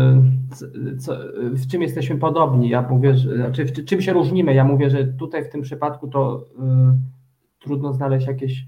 w czym jesteśmy podobni. Ja mówię, w czym się różnimy. Ja mówię, że tutaj w tym przypadku to trudno znaleźć jakieś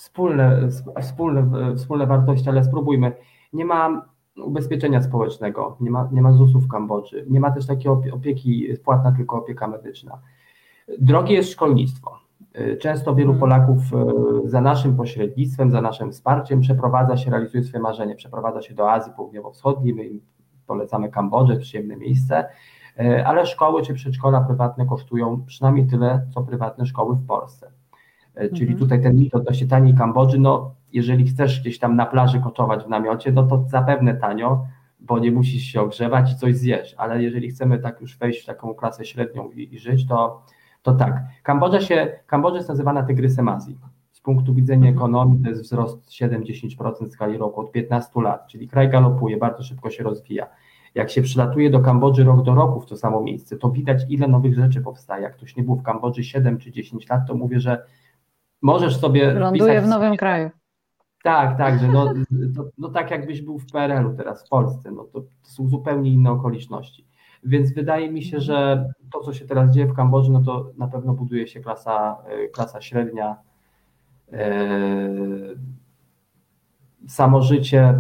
wspólne wartości, ale spróbujmy. Nie ma ubezpieczenia społecznego, nie ma ZUS-u w Kambodży, nie ma też takiej opieki, płatna tylko opieka medyczna. Drogie jest szkolnictwo. Często wielu Polaków za naszym pośrednictwem, za naszym wsparciem realizuje swoje marzenie, przeprowadza się do Azji Południowo-Wschodniej, my im polecamy Kambodżę, przyjemne miejsce, ale szkoły czy przedszkola prywatne kosztują przynajmniej tyle, co prywatne szkoły w Polsce. Czyli tutaj ten mit odnośnie taniej Kambodży, no jeżeli chcesz gdzieś tam na plaży koczować w namiocie, no to zapewne tanio, bo nie musisz się ogrzewać i coś zjesz, ale jeżeli chcemy tak już wejść w taką klasę średnią i żyć, to tak. Kambodża jest nazywana tygrysem Azji. Z punktu widzenia ekonomii to jest wzrost 7-10% w skali roku od 15 lat, czyli kraj galopuje, bardzo szybko się rozwija. Jak się przylatuje do Kambodży rok do roku w to samo miejsce, to widać, ile nowych rzeczy powstaje. Jak ktoś nie był w Kambodży 7 czy 10 lat, to mówię, że możesz sobie ląduje w nowym kraju. Tak, że no tak jakbyś był w PRL-u teraz w Polsce, no to są zupełnie inne okoliczności. Więc wydaje mi się, że to, co się teraz dzieje w Kambodży, no to na pewno buduje się klasa średnia, samo życie.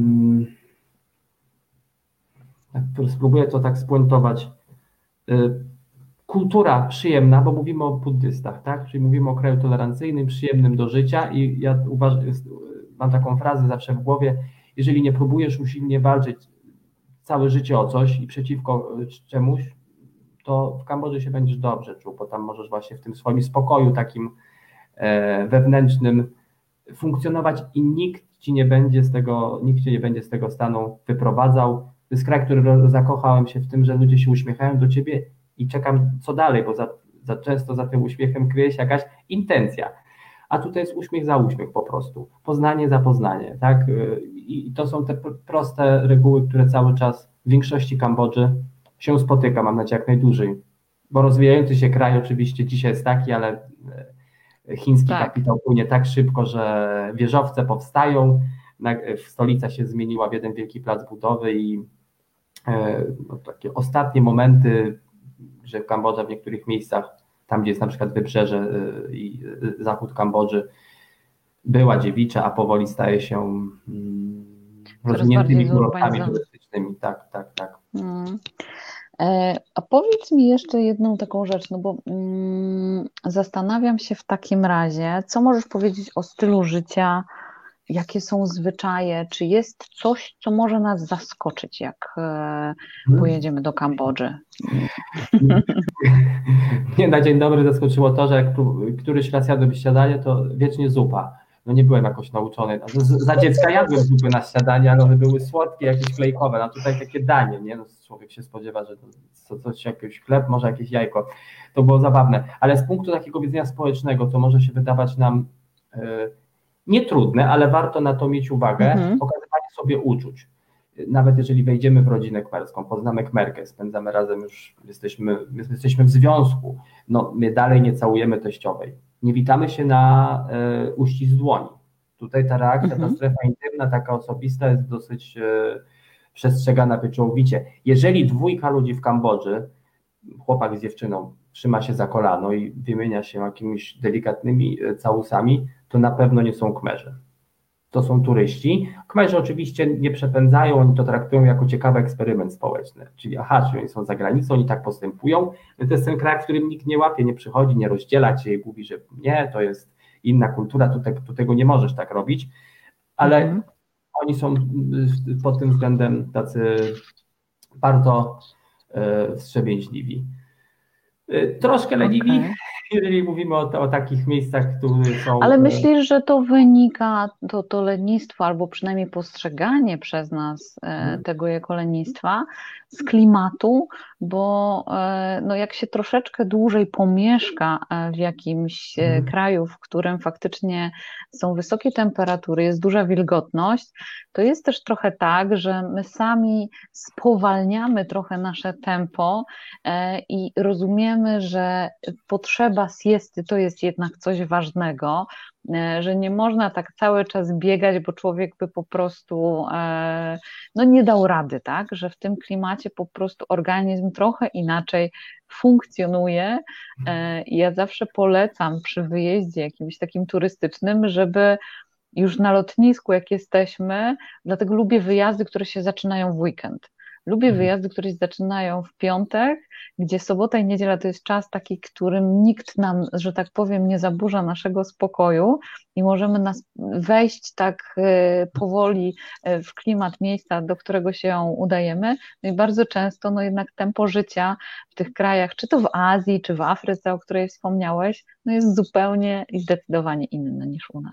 Spróbuję to tak spuentować. Kultura przyjemna, bo mówimy o buddystach, tak? Czyli mówimy o kraju tolerancyjnym, przyjemnym do życia i ja mam taką frazę zawsze w głowie, jeżeli nie próbujesz usilnie walczyć całe życie o coś i przeciwko czemuś, to w Kambodży się będziesz dobrze czuł, bo tam możesz właśnie w tym swoim spokoju takim wewnętrznym funkcjonować i nikt cię nie będzie z tego stanu wyprowadzał. To jest kraj, który zakochałem się w tym, że ludzie się uśmiechają do ciebie i czekam co dalej, bo za często za tym uśmiechem kryje się jakaś intencja. A tutaj jest uśmiech za uśmiech po prostu, poznanie za poznanie, tak? I to są te proste reguły, które cały czas w większości Kambodży się spotyka, mam nadzieję jak najdłużej, bo rozwijający się kraj oczywiście dzisiaj jest taki, ale chiński kapitał płynie tak szybko, że wieżowce powstają, stolica się zmieniła w jeden wielki plac budowy i takie ostatnie momenty, że Kambodża w niektórych miejscach, tam gdzie jest na przykład wybrzeże i zachód Kambodży, była dziewicza, a powoli staje się rozwiniętymi kurortami turystycznymi. Tak. A powiedz mi jeszcze jedną taką rzecz, no bo zastanawiam się w takim razie, co możesz powiedzieć o stylu życia, jakie są zwyczaje, czy jest coś, co może nas zaskoczyć, jak pojedziemy do Kambodży? Mnie na dzień dobry zaskoczyło to, że jak któryś raz jadłem śniadanie, to wiecznie zupa. No nie byłem jakoś nauczony. Za dziecka jadłem zupy na śniadanie, ale one były słodkie, jakieś klejkowe. No tutaj takie danie, nie? No, człowiek się spodziewa, że coś, jakiś chleb, może jakieś jajko. To było zabawne. Ale z punktu takiego widzenia społecznego, to może się wydawać nam nie trudne, ale warto na to mieć uwagę, okazywanie sobie uczuć. nawet jeżeli wejdziemy w rodzinę kmerską, poznamy Kmerkę, spędzamy razem już, jesteśmy w związku, no my dalej nie całujemy teściowej, nie witamy się na uścisk dłoni. Tutaj ta reakcja, ta strefa intymna, taka osobista jest dosyć przestrzegana pieczołowicie. Jeżeli dwójka ludzi w Kambodży, chłopak z dziewczyną, trzyma się za kolano i wymienia się jakimiś delikatnymi całusami, to na pewno nie są Kmerzy. To są turyści. Kmerzy oczywiście nie przepędzają, oni to traktują jako ciekawy eksperyment społeczny. Czyli czyli oni są za granicą, oni tak postępują. To jest ten kraj, w którym nikt nie łapie, nie przychodzi, nie rozdziela cię i mówi, że nie, to jest inna kultura, tu tego nie możesz tak robić. Ale oni są pod tym względem tacy bardzo wstrzemięźliwi. Troszkę leniwi, jeżeli mówimy o takich miejscach, które są... Ale myślisz, że to wynika, to lenistwo, albo przynajmniej postrzeganie przez nas tego jako lenistwa z klimatu, bo no jak się troszeczkę dłużej pomieszka w jakimś kraju, w którym faktycznie są wysokie temperatury, jest duża wilgotność, to jest też trochę tak, że my sami spowalniamy trochę nasze tempo i rozumiemy, że potrzeba siesty to jest jednak coś ważnego, że nie można tak cały czas biegać, bo człowiek by po prostu no nie dał rady, tak? Że w tym klimacie po prostu organizm trochę inaczej funkcjonuje. Ja zawsze polecam przy wyjeździe jakimś takim turystycznym, żeby już na lotnisku, jak jesteśmy, dlatego lubię wyjazdy, które się zaczynają w weekend. Lubię wyjazdy, które się zaczynają w piątek, gdzie sobota i niedziela to jest czas taki, którym nikt nam, że tak powiem, nie zaburza naszego spokoju i możemy wejść tak powoli w klimat miejsca, do którego się udajemy. No i bardzo często no jednak tempo życia w tych krajach, czy to w Azji, czy w Afryce, o której wspomniałeś, no jest zupełnie i zdecydowanie inne niż u nas.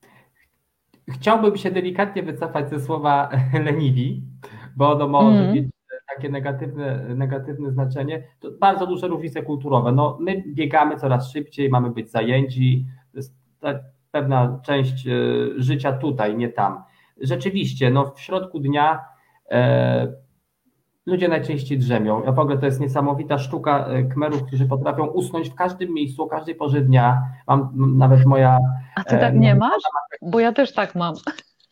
Chciałbym się delikatnie wycofać ze słowa leniwi, bo ono może mieć takie negatywne znaczenie. To bardzo duże różnice kulturowe. No, my biegamy coraz szybciej, mamy być zajęci, to jest pewna część życia tutaj, nie tam. Rzeczywiście, no, w środku dnia ludzie najczęściej drzemią. W ogóle to jest niesamowita sztuka Kmerów, którzy potrafią usnąć w każdym miejscu, o każdej porze dnia. Mam nawet moja... A ty tak nie masz? Bo ja też tak mam.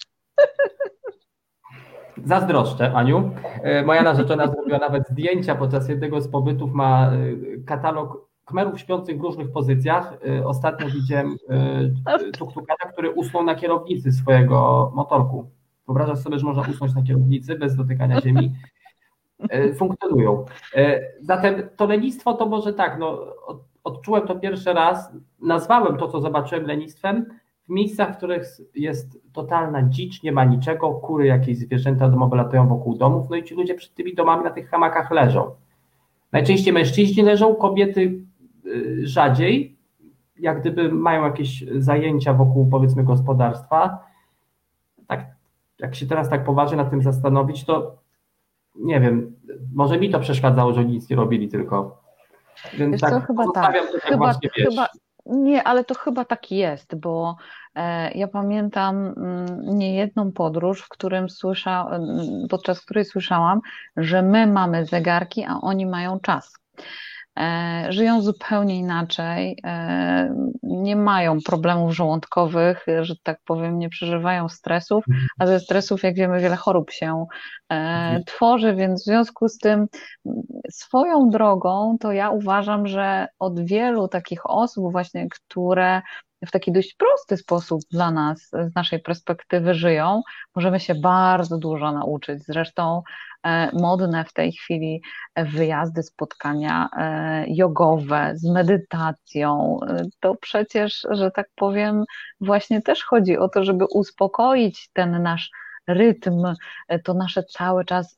Zazdroszczę, Aniu. Moja narzeczona zrobiła nawet zdjęcia podczas jednego z pobytów, ma katalog Kmerów śpiących w różnych pozycjach. Ostatnio widziałem tuktukarza, który usnął na kierownicy swojego motorku. Wyobrażasz sobie, że można usnąć na kierownicy bez dotykania ziemi? Funkcjonują. Zatem to lenistwo to może tak, no, odczułem to pierwszy raz, nazwałem to, co zobaczyłem lenistwem, w miejscach, w których jest totalna dzicz, nie ma niczego, kury, jakieś zwierzęta domowe latają wokół domów, no i ci ludzie przed tymi domami na tych hamakach leżą. Najczęściej mężczyźni leżą, kobiety rzadziej, jak gdyby mają jakieś zajęcia wokół, powiedzmy, gospodarstwa. Tak, jak się teraz tak poważnie nad tym zastanowić, to nie wiem, może mi to przeszkadzało, że nic nie robili tylko. Więc wiesz tak, co, chyba tak. Chyba, nie, ale to chyba tak jest, bo ja pamiętam niejedną podróż, podczas której słyszałam, że my mamy zegarki, a oni mają czas. Żyją zupełnie inaczej, nie mają problemów żołądkowych, że tak powiem, nie przeżywają stresów, a ze stresów, jak wiemy, wiele chorób się tworzy, więc w związku z tym swoją drogą to ja uważam, że od wielu takich osób właśnie, które w taki dość prosty sposób dla nas, z naszej perspektywy żyją, możemy się bardzo dużo nauczyć. Zresztą modne w tej chwili wyjazdy, spotkania jogowe z medytacją, to przecież, że tak powiem, właśnie też chodzi o to, żeby uspokoić ten nasz rytm, to nasze cały czas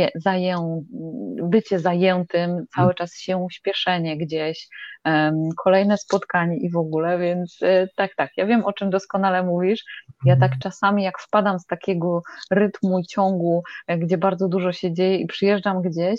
bycie zajętym, cały czas się śpieszenie gdzieś, kolejne spotkanie i w ogóle, więc tak, ja wiem, o czym doskonale mówisz. Ja tak czasami, jak wpadam z takiego rytmu i ciągu, gdzie bardzo dużo się dzieje i przyjeżdżam gdzieś,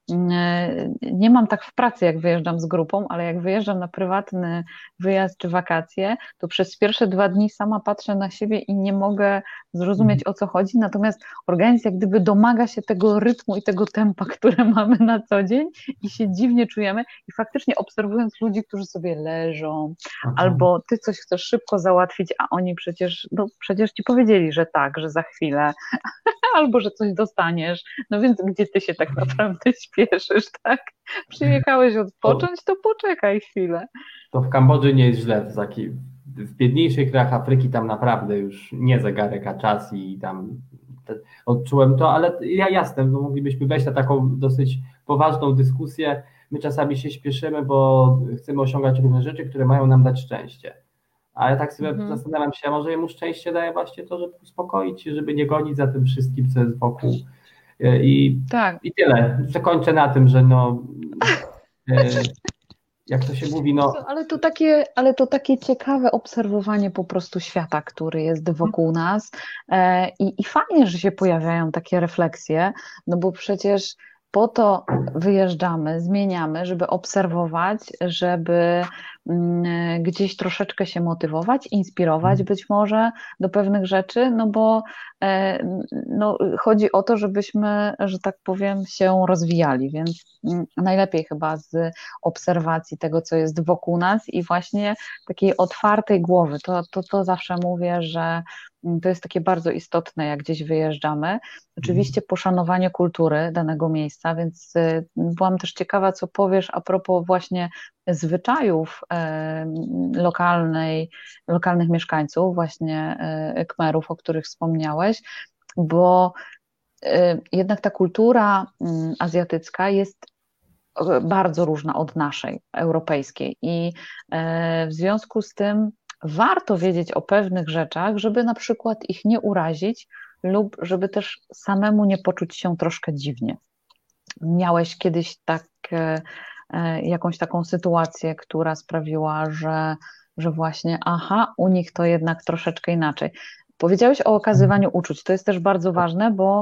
nie mam tak w pracy, jak wyjeżdżam z grupą, ale jak wyjeżdżam na prywatny wyjazd czy wakacje, to przez pierwsze 2 dni sama patrzę na siebie i nie mogę zrozumieć, o co chodzi, natomiast organizm jak gdyby domaga się tego rytmu i tego tempa, które mamy na co dzień i się dziwnie czujemy i faktycznie obserwując ludzi, którzy sobie leżą, Aha. albo ty coś chcesz szybko załatwić, a oni przecież, no przecież ci powiedzieli, że tak, że za chwilę, albo że coś dostaniesz, no więc gdzie ty się tak naprawdę śpieszysz, tak? Przyjechałeś To, odpocząć, to poczekaj chwilę. to w Kambodży nie jest źle, w biedniejszych krajach Afryki tam naprawdę już nie zegarek, a czas i tam odczułem to, ale ja jasne, no moglibyśmy wejść na taką dosyć poważną dyskusję. My czasami się śpieszymy, bo chcemy osiągać różne rzeczy, które mają nam dać szczęście. Ale tak sobie Mhm. zastanawiam się, a może jemu szczęście daje właśnie to, żeby uspokoić się, żeby nie gonić za tym wszystkim, co jest wokół. I, Tak. i tyle. Zakończę na tym, że no, e, jak to się mówi, Wiesz no, co, ale to takie ciekawe obserwowanie po prostu świata, który jest wokół nas i fajnie, że się pojawiają takie refleksje, no bo przecież po to wyjeżdżamy, zmieniamy, żeby obserwować, żeby gdzieś troszeczkę się motywować, inspirować być może do pewnych rzeczy, no bo e, no, chodzi o to, żebyśmy, że tak powiem, się rozwijali, więc najlepiej chyba z obserwacji tego, co jest wokół nas i właśnie takiej otwartej głowy. To zawsze mówię, że to jest takie bardzo istotne, jak gdzieś wyjeżdżamy. Oczywiście poszanowanie kultury danego miejsca, więc byłam też ciekawa, co powiesz a propos właśnie zwyczajów lokalnych mieszkańców, właśnie Kmerów, o których wspomniałeś, bo jednak ta kultura azjatycka jest bardzo różna od naszej, europejskiej. I w związku z tym warto wiedzieć o pewnych rzeczach, żeby na przykład ich nie urazić lub żeby też samemu nie poczuć się troszkę dziwnie. Miałeś kiedyś jakąś taką sytuację, która sprawiła, że właśnie, aha, u nich to jednak troszeczkę inaczej. Powiedziałeś o okazywaniu uczuć. To jest też bardzo ważne, bo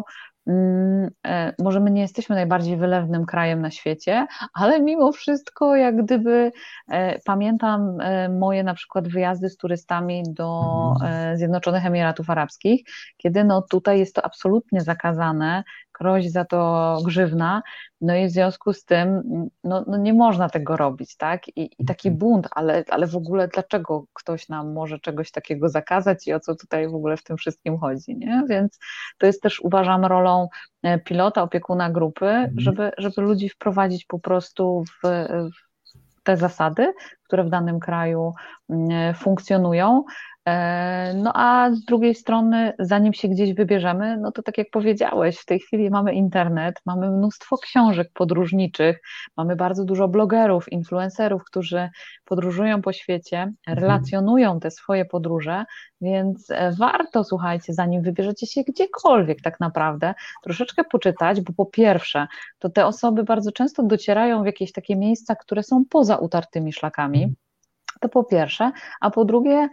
może my nie jesteśmy najbardziej wylewnym krajem na świecie, ale mimo wszystko, jak gdyby pamiętam moje na przykład wyjazdy z turystami do Zjednoczonych Emiratów Arabskich, kiedy no tutaj jest to absolutnie zakazane, grozi za to grzywna, no i w związku z tym no nie można tego robić, tak? I taki bunt, ale w ogóle dlaczego ktoś nam może czegoś takiego zakazać i o co tutaj w ogóle w tym wszystkim chodzi, nie? Więc to jest też uważam rolą pilota, opiekuna grupy, żeby ludzi wprowadzić po prostu w te zasady, które w danym kraju funkcjonują. No a z drugiej strony, zanim się gdzieś wybierzemy, no to tak jak powiedziałeś, w tej chwili mamy internet, mamy mnóstwo książek podróżniczych, mamy bardzo dużo blogerów, influencerów, którzy podróżują po świecie, relacjonują te swoje podróże, więc warto, słuchajcie, zanim wybierzecie się gdziekolwiek tak naprawdę, troszeczkę poczytać, bo po pierwsze, to te osoby bardzo często docierają w jakieś takie miejsca, które są poza utartymi szlakami. To po pierwsze, a po drugie,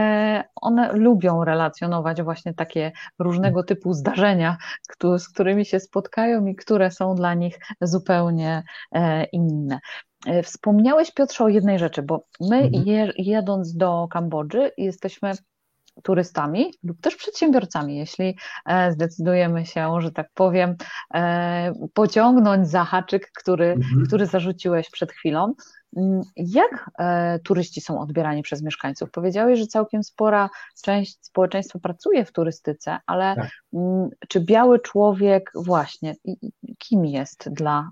one lubią relacjonować właśnie takie różnego typu zdarzenia, z którymi się spotkają i które są dla nich zupełnie inne. Wspomniałeś, Piotrze, o jednej rzeczy, bo my jedąc do Kambodży jesteśmy turystami lub też przedsiębiorcami, jeśli zdecydujemy się, że tak powiem, pociągnąć za haczyk, który zarzuciłeś przed chwilą. Jak turyści są odbierani przez mieszkańców? Powiedziałeś, że całkiem spora część społeczeństwa pracuje w turystyce, ale tak. Czy biały człowiek właśnie, kim jest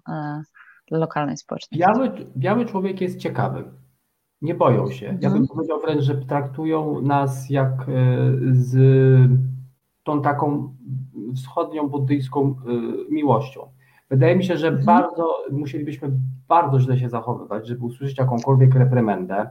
dla lokalnej społeczności? Biały człowiek jest ciekawy. Nie boją się. Ja bym powiedział wręcz, że traktują nas jak z tą taką wschodnią buddyjską miłością. Wydaje mi się, że musielibyśmy bardzo źle się zachowywać, żeby usłyszeć jakąkolwiek reprymendę.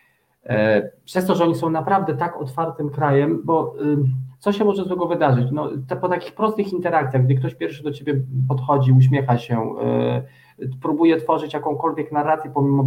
Przez to, że oni są naprawdę tak otwartym krajem, bo co się może złego wydarzyć? No, po takich prostych interakcjach, gdy ktoś pierwszy do ciebie podchodzi, uśmiecha się, próbuje tworzyć jakąkolwiek narrację pomimo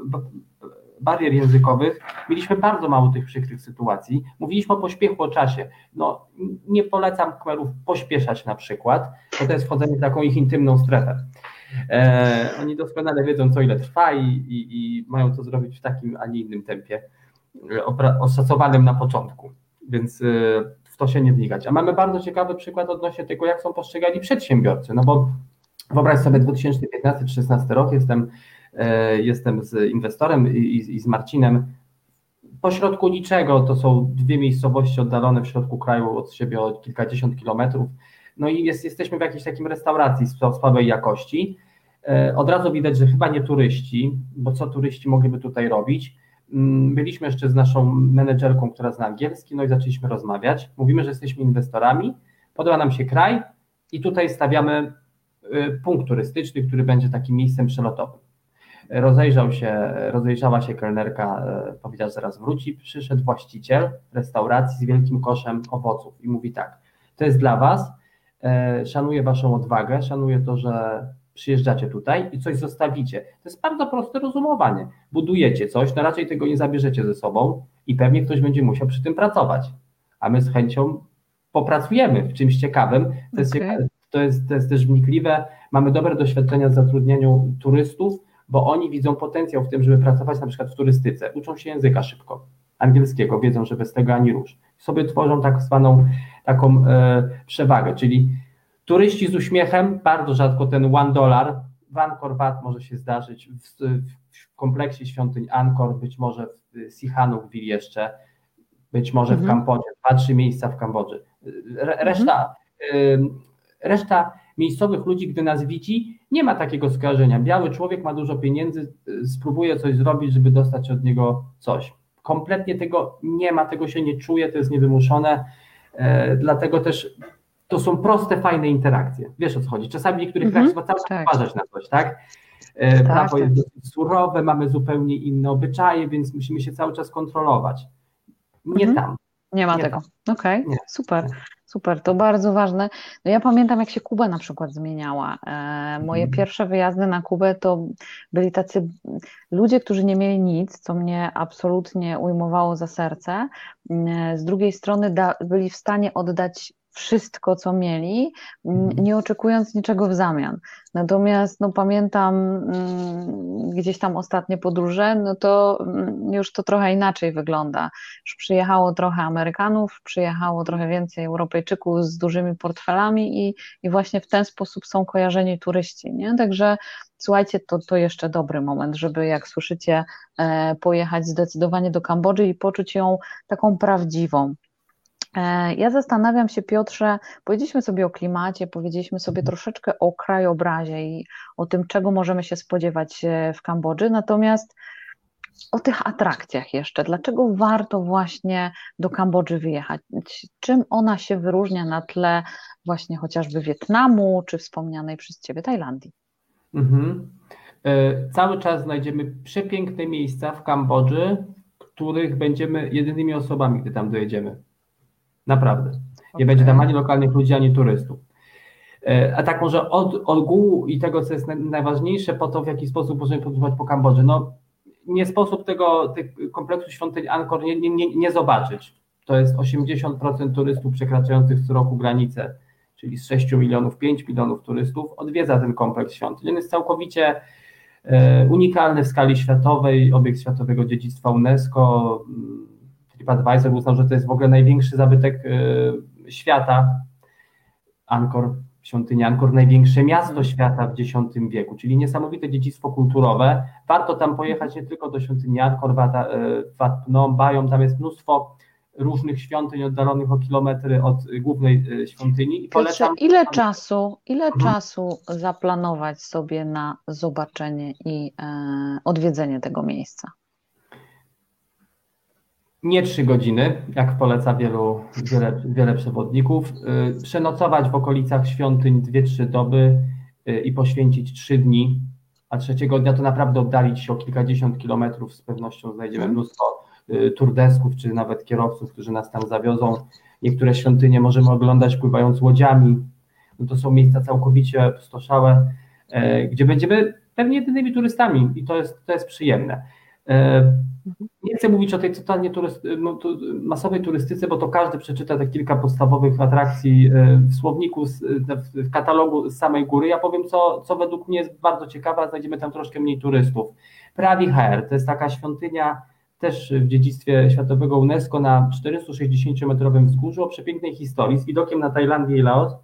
barier językowych, mieliśmy bardzo mało tych przykrych sytuacji. Mówiliśmy o pośpiechu, o czasie. No, nie polecam Khmerów pośpieszać na przykład, bo to jest wchodzenie w taką ich intymną strefę. Oni doskonale wiedzą, co ile trwa i mają to zrobić w takim, a nie innym tempie, oszacowanym na początku, więc w to się nie wnikać. A mamy bardzo ciekawy przykład odnośnie tego, jak są postrzegani przedsiębiorcy, no bo wyobraź sobie 2015-2016 rok, jestem z inwestorem i z Marcinem pośrodku niczego, to są dwie miejscowości oddalone w środku kraju od siebie o kilkadziesiąt kilometrów, no i jesteśmy w jakiejś takiej restauracji słabej jakości. Od razu widać, że chyba nie turyści, bo co turyści mogliby tutaj robić. Byliśmy jeszcze z naszą menedżerką, która zna angielski, no i zaczęliśmy rozmawiać. Mówimy, że jesteśmy inwestorami, podoba nam się kraj i tutaj stawiamy punkt turystyczny, który będzie takim miejscem przelotowym. Rozejrzała się kelnerka, powiedziała, że zaraz wróci, przyszedł właściciel restauracji z wielkim koszem owoców i mówi tak, to jest dla was, szanuję waszą odwagę, szanuję to, że przyjeżdżacie tutaj i coś zostawicie. To jest bardzo proste rozumowanie. Budujecie coś, no raczej tego nie zabierzecie ze sobą i pewnie ktoś będzie musiał przy tym pracować, a my z chęcią popracujemy w czymś ciekawym. To jest ciekawe, to jest też wnikliwe. Mamy dobre doświadczenia w zatrudnianiu turystów, bo oni widzą potencjał w tym, żeby pracować na przykład w turystyce. Uczą się języka szybko, angielskiego, wiedzą, że bez tego ani rusz. Sobie tworzą tak zwaną taką przewagę, czyli turyści z uśmiechem, bardzo rzadko ten $1 w Angkor Wat może się zdarzyć, w kompleksie świątyń Angkor, być może w Sihanoukville jeszcze, być może w Kambodży, 2-3 miejsca w Kambodży. Reszta miejscowych ludzi, gdy nas widzi, nie ma takiego skojarzenia. Biały człowiek ma dużo pieniędzy, spróbuje coś zrobić, żeby dostać od niego coś. Kompletnie tego nie ma, tego się nie czuje, to jest niewymuszone, dlatego też to są proste, fajne interakcje. Wiesz, o co chodzi. Czasami w niektórych krajach trzeba cały czas uważać na coś, tak? Prawo jest dosyć surowe, mamy zupełnie inne obyczaje, więc musimy się cały czas kontrolować. Nie tam. Nie ma tego. Okej, super. Super, to bardzo ważne. No ja pamiętam, jak się Kuba na przykład zmieniała. Moje pierwsze wyjazdy na Kubę to byli tacy ludzie, którzy nie mieli nic, co mnie absolutnie ujmowało za serce. Z drugiej strony byli w stanie oddać wszystko, co mieli, nie oczekując niczego w zamian. Natomiast no, pamiętam gdzieś tam ostatnie podróże, no to już to trochę inaczej wygląda. Już przyjechało trochę Amerykanów, przyjechało trochę więcej Europejczyków z dużymi portfelami i właśnie w ten sposób są kojarzeni turyści, nie? Także słuchajcie, to jeszcze dobry moment, żeby jak słyszycie pojechać zdecydowanie do Kambodży i poczuć ją taką prawdziwą. Ja zastanawiam się, Piotrze, powiedzieliśmy sobie o klimacie, powiedzieliśmy sobie troszeczkę o krajobrazie i o tym, czego możemy się spodziewać w Kambodży, natomiast o tych atrakcjach jeszcze. Dlaczego warto właśnie do Kambodży wyjechać? Czym ona się wyróżnia na tle właśnie chociażby Wietnamu, czy wspomnianej przez Ciebie Tajlandii? Cały czas znajdziemy przepiękne miejsca w Kambodży, w których będziemy jedynymi osobami, gdy tam dojedziemy. Naprawdę. Nie będzie tam ani lokalnych ludzi, ani turystów. A tak może od ogółu i tego, co jest najważniejsze, po to, w jaki sposób możemy podróżować po Kambodży. No, nie sposób tego kompleksu świątyń Angkor nie zobaczyć. To jest 80% turystów przekraczających co roku granicę, czyli z 6 milionów, 5 milionów turystów odwiedza ten kompleks świątyń. On jest całkowicie unikalny w skali światowej, obiekt światowego dziedzictwa UNESCO. TripAdvisor uznał, że to jest w ogóle największy zabytek świata. Angkor, świątynia Angkor, największe miasto świata w X wieku, czyli niesamowite dziedzictwo kulturowe. Warto tam pojechać nie tylko do świątyni Angkor Wat Phnom Bajom, tam jest mnóstwo różnych świątyń oddalonych o kilometry od głównej świątyni. I polecam. Ile czasu zaplanować sobie na zobaczenie i odwiedzenie tego miejsca? Nie 3 godziny, jak poleca wiele przewodników. Przenocować w okolicach świątyń 2-3 doby i poświęcić 3 dni, a 3 dnia to naprawdę oddalić się o kilkadziesiąt kilometrów. Z pewnością znajdziemy mnóstwo turdesków, czy nawet kierowców, którzy nas tam zawiozą. Niektóre świątynie możemy oglądać pływając łodziami. No to są miejsca całkowicie opustoszałe, gdzie będziemy pewnie jedynymi turystami i to jest przyjemne. Nie chcę mówić o tej totalnie masowej turystyce, bo to każdy przeczyta te kilka podstawowych atrakcji w słowniku, w katalogu z samej góry. Ja powiem, co według mnie jest bardzo ciekawe, a znajdziemy tam troszkę mniej turystów. Pravi Her to jest taka świątynia też w dziedzictwie światowego UNESCO na 460-metrowym wzgórzu o przepięknej historii z widokiem na Tajlandię i Laos.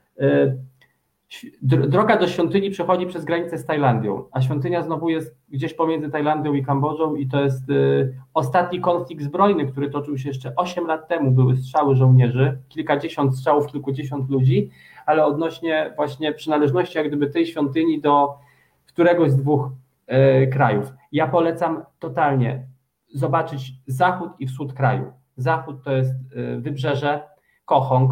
Droga do świątyni przechodzi przez granicę z Tajlandią, a świątynia znowu jest gdzieś pomiędzy Tajlandią i Kambodżą i to jest ostatni konflikt zbrojny, który toczył się jeszcze 8 lat temu. Były strzały żołnierzy, kilkadziesiąt strzałów, kilkudziesiąt ludzi, ale odnośnie właśnie przynależności jak gdyby tej świątyni do któregoś z dwóch krajów. Ja polecam totalnie zobaczyć zachód i wschód kraju. Zachód to jest wybrzeże, Koh-Hong,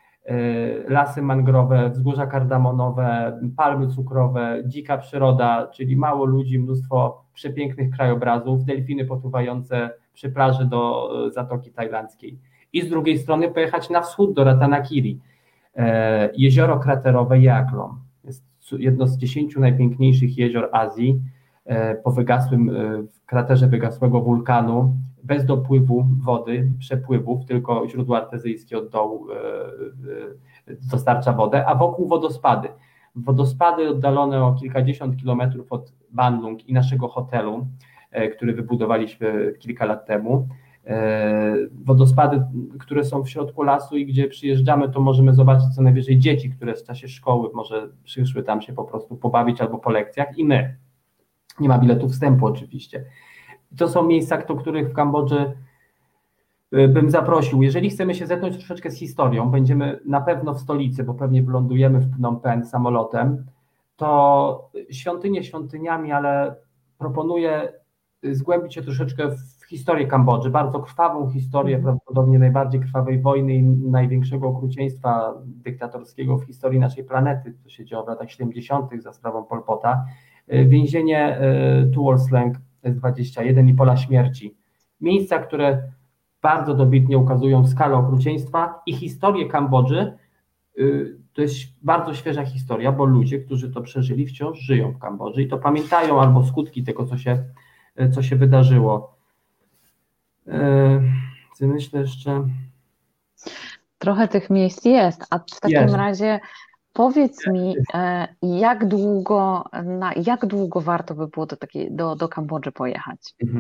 lasy mangrowe, wzgórza kardamonowe, palmy cukrowe, dzika przyroda, czyli mało ludzi, mnóstwo przepięknych krajobrazów, delfiny popływające przy plaży do Zatoki Tajlandzkiej. I z drugiej strony pojechać na wschód do Ratanakiri. Jezioro kraterowe Jaklon. Jest jedno z 10 najpiękniejszych jezior Azji, po wygasłym kraterze wygasłego wulkanu, bez dopływu wody, przepływów, tylko źródło artezyjskie od dołu dostarcza wodę, a wokół wodospady. Wodospady oddalone o kilkadziesiąt kilometrów od Bandung i naszego hotelu, który wybudowaliśmy kilka lat temu. Wodospady, które są w środku lasu i gdzie przyjeżdżamy, to możemy zobaczyć co najwyżej dzieci, które w czasie szkoły może przyszły tam się po prostu pobawić albo po lekcjach i my. Nie ma biletu wstępu oczywiście. To są miejsca, do których w Kambodży bym zaprosił. Jeżeli chcemy się zetknąć troszeczkę z historią, będziemy na pewno w stolicy, bo pewnie wylądujemy w Phnom Penh samolotem, to świątynie świątyniami, ale proponuję zgłębić się troszeczkę w historię Kambodży, bardzo krwawą historię, prawdopodobnie najbardziej krwawej wojny i największego okrucieństwa dyktatorskiego w historii naszej planety, co się działo w latach 70. za sprawą Pol Pota. Więzienie Tuol Sleng S21 i Pola Śmierci. Miejsca, które bardzo dobitnie ukazują skalę okrucieństwa i historię Kambodży. To jest bardzo świeża historia, bo ludzie, którzy to przeżyli, wciąż żyją w Kambodży i to pamiętają albo skutki tego, co się wydarzyło. Myślę jeszcze... Trochę tych miejsc jest, a w takim razie powiedz mi, jak długo warto by było do Kambodży pojechać?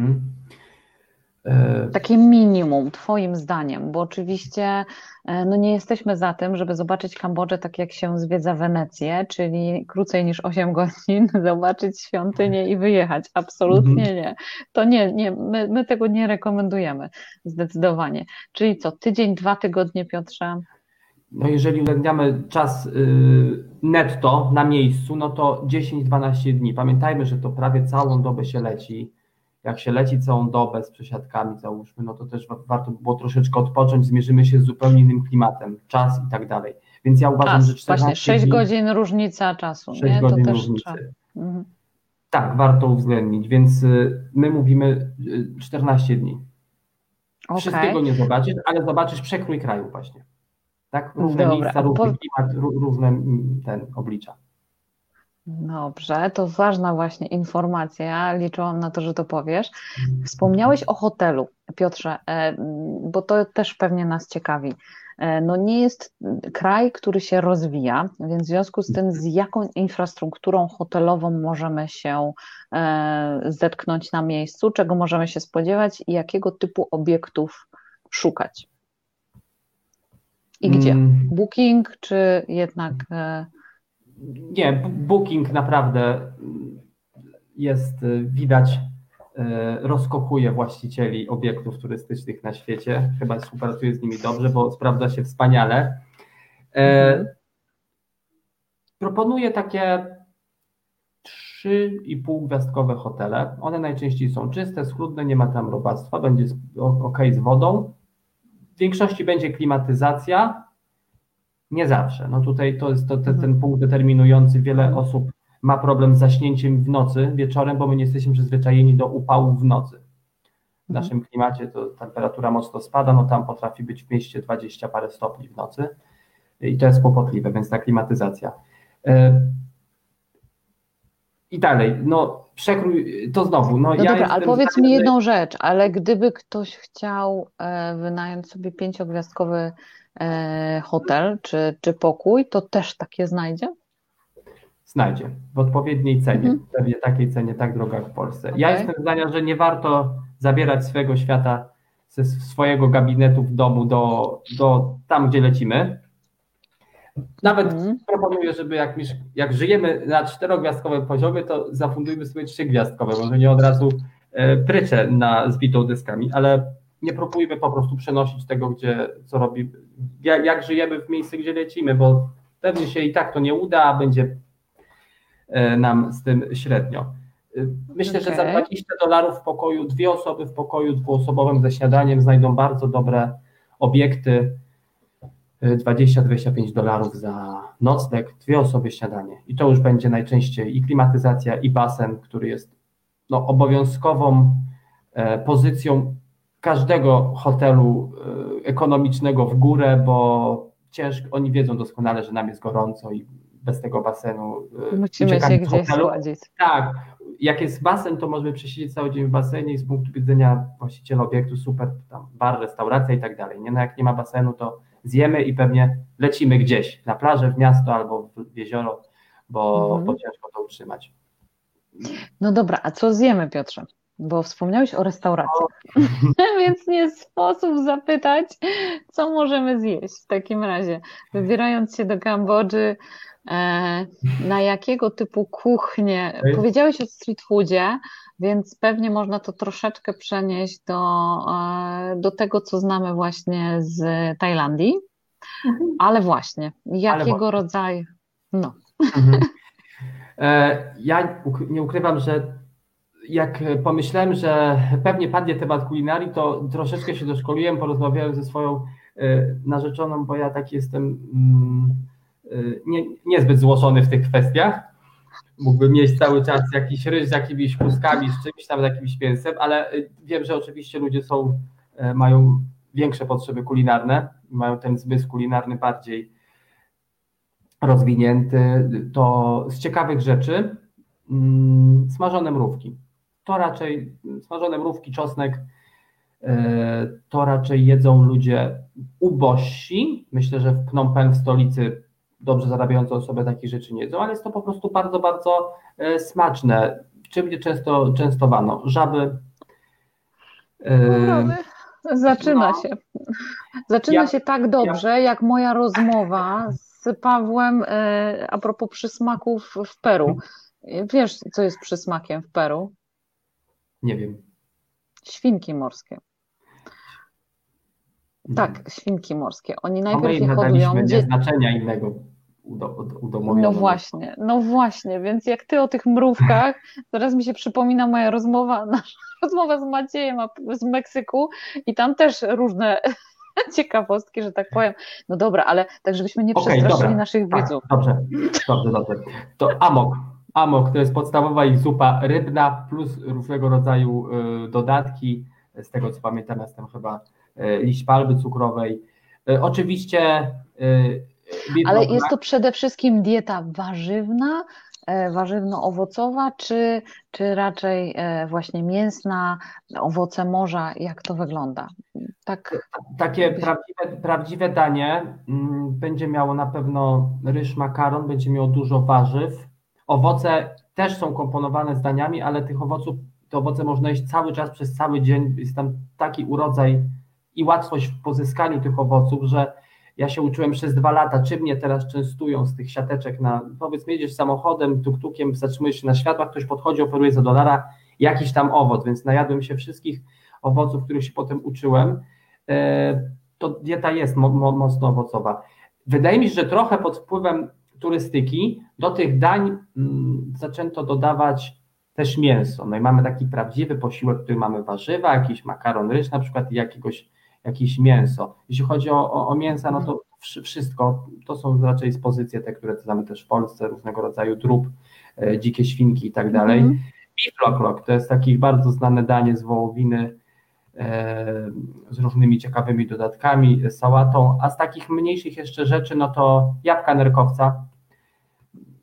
Takie minimum, twoim zdaniem, bo oczywiście nie jesteśmy za tym, żeby zobaczyć Kambodżę tak jak się zwiedza Wenecję, czyli krócej niż 8 godzin, zobaczyć świątynię i wyjechać. Absolutnie nie. To my tego nie rekomendujemy zdecydowanie. Czyli co, tydzień, 2 tygodnie, Piotrze? No jeżeli uwzględniamy czas netto na miejscu, no to 10-12 dni. Pamiętajmy, że to prawie całą dobę się leci. Jak się leci całą dobę z przesiadkami, załóżmy, no to też warto było troszeczkę odpocząć, zmierzymy się z zupełnie innym klimatem, czas i tak dalej. Więc ja uważam, że 14 właśnie 6 godzin różnica czasu. 6 godzin różnicy. Tak, warto uwzględnić, więc my mówimy 14 dni. Wszystkiego nie zobaczysz, ale zobaczysz przekrój kraju właśnie. Tak? Różne miejsca, różny klimat, różne oblicza. Dobrze, to ważna właśnie informacja, liczyłam na to, że to powiesz. Wspomniałeś o hotelu, Piotrze, bo to też pewnie nas ciekawi. No nie jest kraj, który się rozwija, więc w związku z tym z jaką infrastrukturą hotelową możemy się zetknąć na miejscu, czego możemy się spodziewać i jakiego typu obiektów szukać? I gdzie? Booking czy jednak... Nie, Booking naprawdę jest, widać, rozkochuje właścicieli obiektów turystycznych na świecie. Chyba współpracuje z nimi dobrze, bo sprawdza się wspaniale. Proponuję takie 3,5 gwiazdkowe hotele. One najczęściej są czyste, schludne, nie ma tam robactwa, będzie ok z wodą. W większości będzie klimatyzacja. Nie zawsze. No tutaj to jest ten punkt determinujący. Wiele osób ma problem z zaśnięciem w nocy, wieczorem, bo my nie jesteśmy przyzwyczajeni do upału w nocy. W naszym klimacie to temperatura mocno spada, no tam potrafi być w mieście 20 parę stopni w nocy i to jest kłopotliwe, więc ta klimatyzacja. I dalej, no przekrój, to znowu. No, No ja dobra, ale jestem powiedz zdania, mi że jedną rzecz, ale gdyby ktoś chciał wynająć sobie 5-gwiazdkowy hotel czy pokój, to też takie znajdzie? znajdzie w odpowiedniej cenie, Mhm. pewnie takiej cenie, tak drogo jak w Polsce. Ja Okej. jestem zdania, że nie warto zabierać swojego świata ze swojego gabinetu w domu do tam, gdzie lecimy. Nawet Mhm. proponuję, żeby jak żyjemy na 4-gwiazdkowym poziomie, to zafundujmy sobie 3-gwiazdkowe, może nie od razu prycze na zbitą dyskami, ale nie próbujmy po prostu przenosić tego, co robimy, jak żyjemy w miejscu, gdzie lecimy, bo pewnie się i tak to nie uda, a będzie nam z tym średnio. Myślę, że za Okej. $20 w pokoju, 2 osoby w pokoju dwuosobowym ze śniadaniem znajdą bardzo dobre obiekty. $20-25 za nocleg, 2 osoby śniadanie. I to już będzie najczęściej i klimatyzacja, i basen, który jest no, obowiązkową pozycją każdego hotelu ekonomicznego w górę, bo ciężko, oni wiedzą doskonale, że nam jest gorąco i bez tego basenu Musimy uciekamy się z gdzieś hotelu. schłodzić. Tak, jak jest basen, to możemy przesiedzieć cały dzień w basenie i z punktu widzenia właściciela obiektu super, tam bar, restauracja i tak dalej. Nie? No jak nie ma basenu, to zjemy i pewnie lecimy gdzieś, na plażę, w miasto albo w jezioro, bo ciężko to utrzymać. No dobra, a co zjemy, Piotrze? Bo wspomniałeś o restauracjach, więc nie sposób zapytać, co możemy zjeść w takim razie. Wybierając się do Kambodży, na jakiego typu kuchnię? Powiedziałeś o street foodzie, więc pewnie można to troszeczkę przenieść do tego, co znamy właśnie z Tajlandii, ale właśnie, jakiego rodzaju? No. Mhm. Ja nie ukrywam, że jak pomyślałem, że pewnie padnie temat kulinarii, to troszeczkę się doszkoliłem, porozmawiałem ze swoją narzeczoną, bo ja taki jestem niezbyt złożony w tych kwestiach. Mógłbym mieć cały czas jakiś ryż z jakimiś kluskami, z czymś tam, z jakimś mięsem, ale wiem, że oczywiście ludzie mają większe potrzeby kulinarne, mają ten zmysł kulinarny bardziej rozwinięty. To z ciekawych rzeczy smażone mrówki. To raczej smażone mrówki, czosnek, to raczej jedzą ludzie ubożsi. Myślę, że w Phnom Penh, w stolicy, dobrze zarabiające osoby takich rzeczy nie jedzą, ale jest to po prostu bardzo, bardzo smaczne. Czym mnie częstowano? Żaby. Zaczyna się. Zaczyna się tak Ja dobrze, jak moja rozmowa z Pawłem a propos przysmaków w Peru. Wiesz, co jest przysmakiem w Peru? nie wiem. Świnki morskie. Tak, świnki morskie. Oni No my najpierw je im hodują. nadaliśmy znaczenia innego udomowiono. No właśnie, więc jak ty o tych mrówkach, teraz mi się przypomina moja nasza rozmowa z Maciejem z Meksyku i tam też różne ciekawostki, że tak powiem. No dobra, ale tak, żebyśmy nie przestraszyli naszych widzów. Dobrze. To amok. Amok to jest podstawowa ich zupa rybna plus różnego rodzaju dodatki. Z tego co pamiętam, jest tam chyba liść palmy cukrowej. Oczywiście ale jest to przede wszystkim dieta warzywna, warzywno-owocowa, czy raczej właśnie mięsna, owoce morza? Jak to wygląda? Tak. Takie prawdziwe danie będzie miało na pewno ryż, makaron, będzie miało dużo warzyw. Owoce też są komponowane z daniami, ale te owoce można jeść cały czas, przez cały dzień. Jest tam taki urodzaj i łatwość w pozyskaniu tych owoców, że ja się uczyłem przez 2 lata, czym mnie teraz częstują z tych siateczek powiedzmy jedziesz samochodem, tuk-tukiem, zatrzymujesz się na światłach, ktoś podchodzi, oferuje za $1 jakiś tam owoc, więc najadłem się wszystkich owoców, których się potem uczyłem. To dieta jest mocno owocowa. Wydaje mi się, że trochę pod wpływem turystyki do tych dań zaczęto dodawać też mięso. No i mamy taki prawdziwy posiłek, w którym mamy warzywa, jakiś makaron, ryż na przykład i jakieś mięso. Jeśli chodzi o mięsa, no to wszystko, to są raczej dyspozycje te, które znamy też w Polsce, różnego rodzaju drób, dzikie świnki i tak dalej. Beef lok to jest takie bardzo znane danie z wołowiny, z różnymi ciekawymi dodatkami, sałatą, a z takich mniejszych jeszcze rzeczy, no to jabłka nerkowca.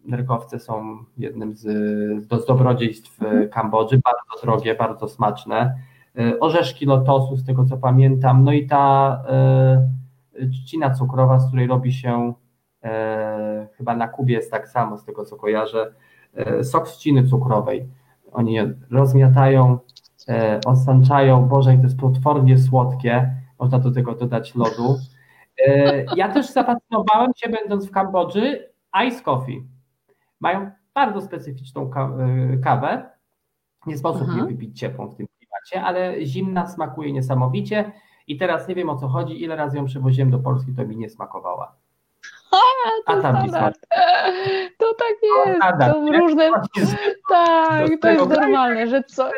nerkowce są jednym z dobrodziejstw Kambodży, bardzo drogie, bardzo smaczne. Orzeszki lotosu, z tego co pamiętam, no i ta trzcina cukrowa, z której robi się, chyba na Kubie jest tak samo, z tego co kojarzę, sok z trzciny cukrowej. Oni je rozmiatają, osanczają, Boże, i to jest potwornie słodkie, można do tego dodać lodu. Ja też zafascynowałem się, będąc w Kambodży, ice coffee. Mają bardzo specyficzną kawę, nie sposób je wypić ciepłą w tym klimacie, ale zimna smakuje niesamowicie i teraz nie wiem, o co chodzi, ile razy ją przywoziłem do Polski, to mi nie smakowała. To standard. To tak jest, to różne... Tak, to jest normalne, że co...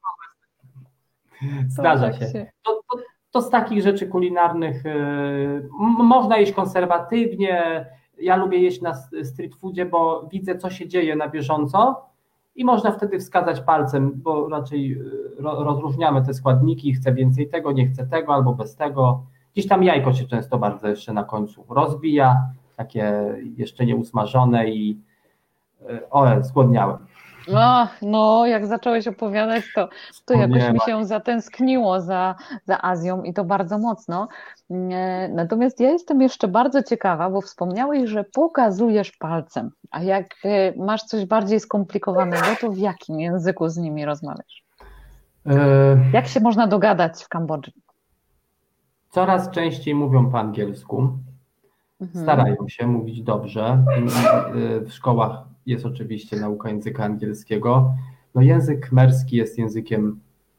Zdarza się. To z takich rzeczy kulinarnych można jeść konserwatywnie. Ja lubię jeść na street foodzie, bo widzę, co się dzieje na bieżąco i można wtedy wskazać palcem, bo raczej rozróżniamy te składniki, chcę więcej tego, nie chcę tego albo bez tego. Gdzieś tam jajko się często bardzo jeszcze na końcu rozbija, takie jeszcze nieusmażone i zgłodniałem. No, jak zacząłeś opowiadać, to jakoś mi się zatęskniło za Azją i to bardzo mocno. Natomiast ja jestem jeszcze bardzo ciekawa, bo wspomniałeś, że pokazujesz palcem, a jak masz coś bardziej skomplikowanego, to w jakim języku z nimi rozmawiasz? Jak się można dogadać w Kambodży? Coraz częściej mówią po angielsku. Starają się mówić dobrze. W szkołach jest oczywiście nauka języka angielskiego. No język khmerski jest językiem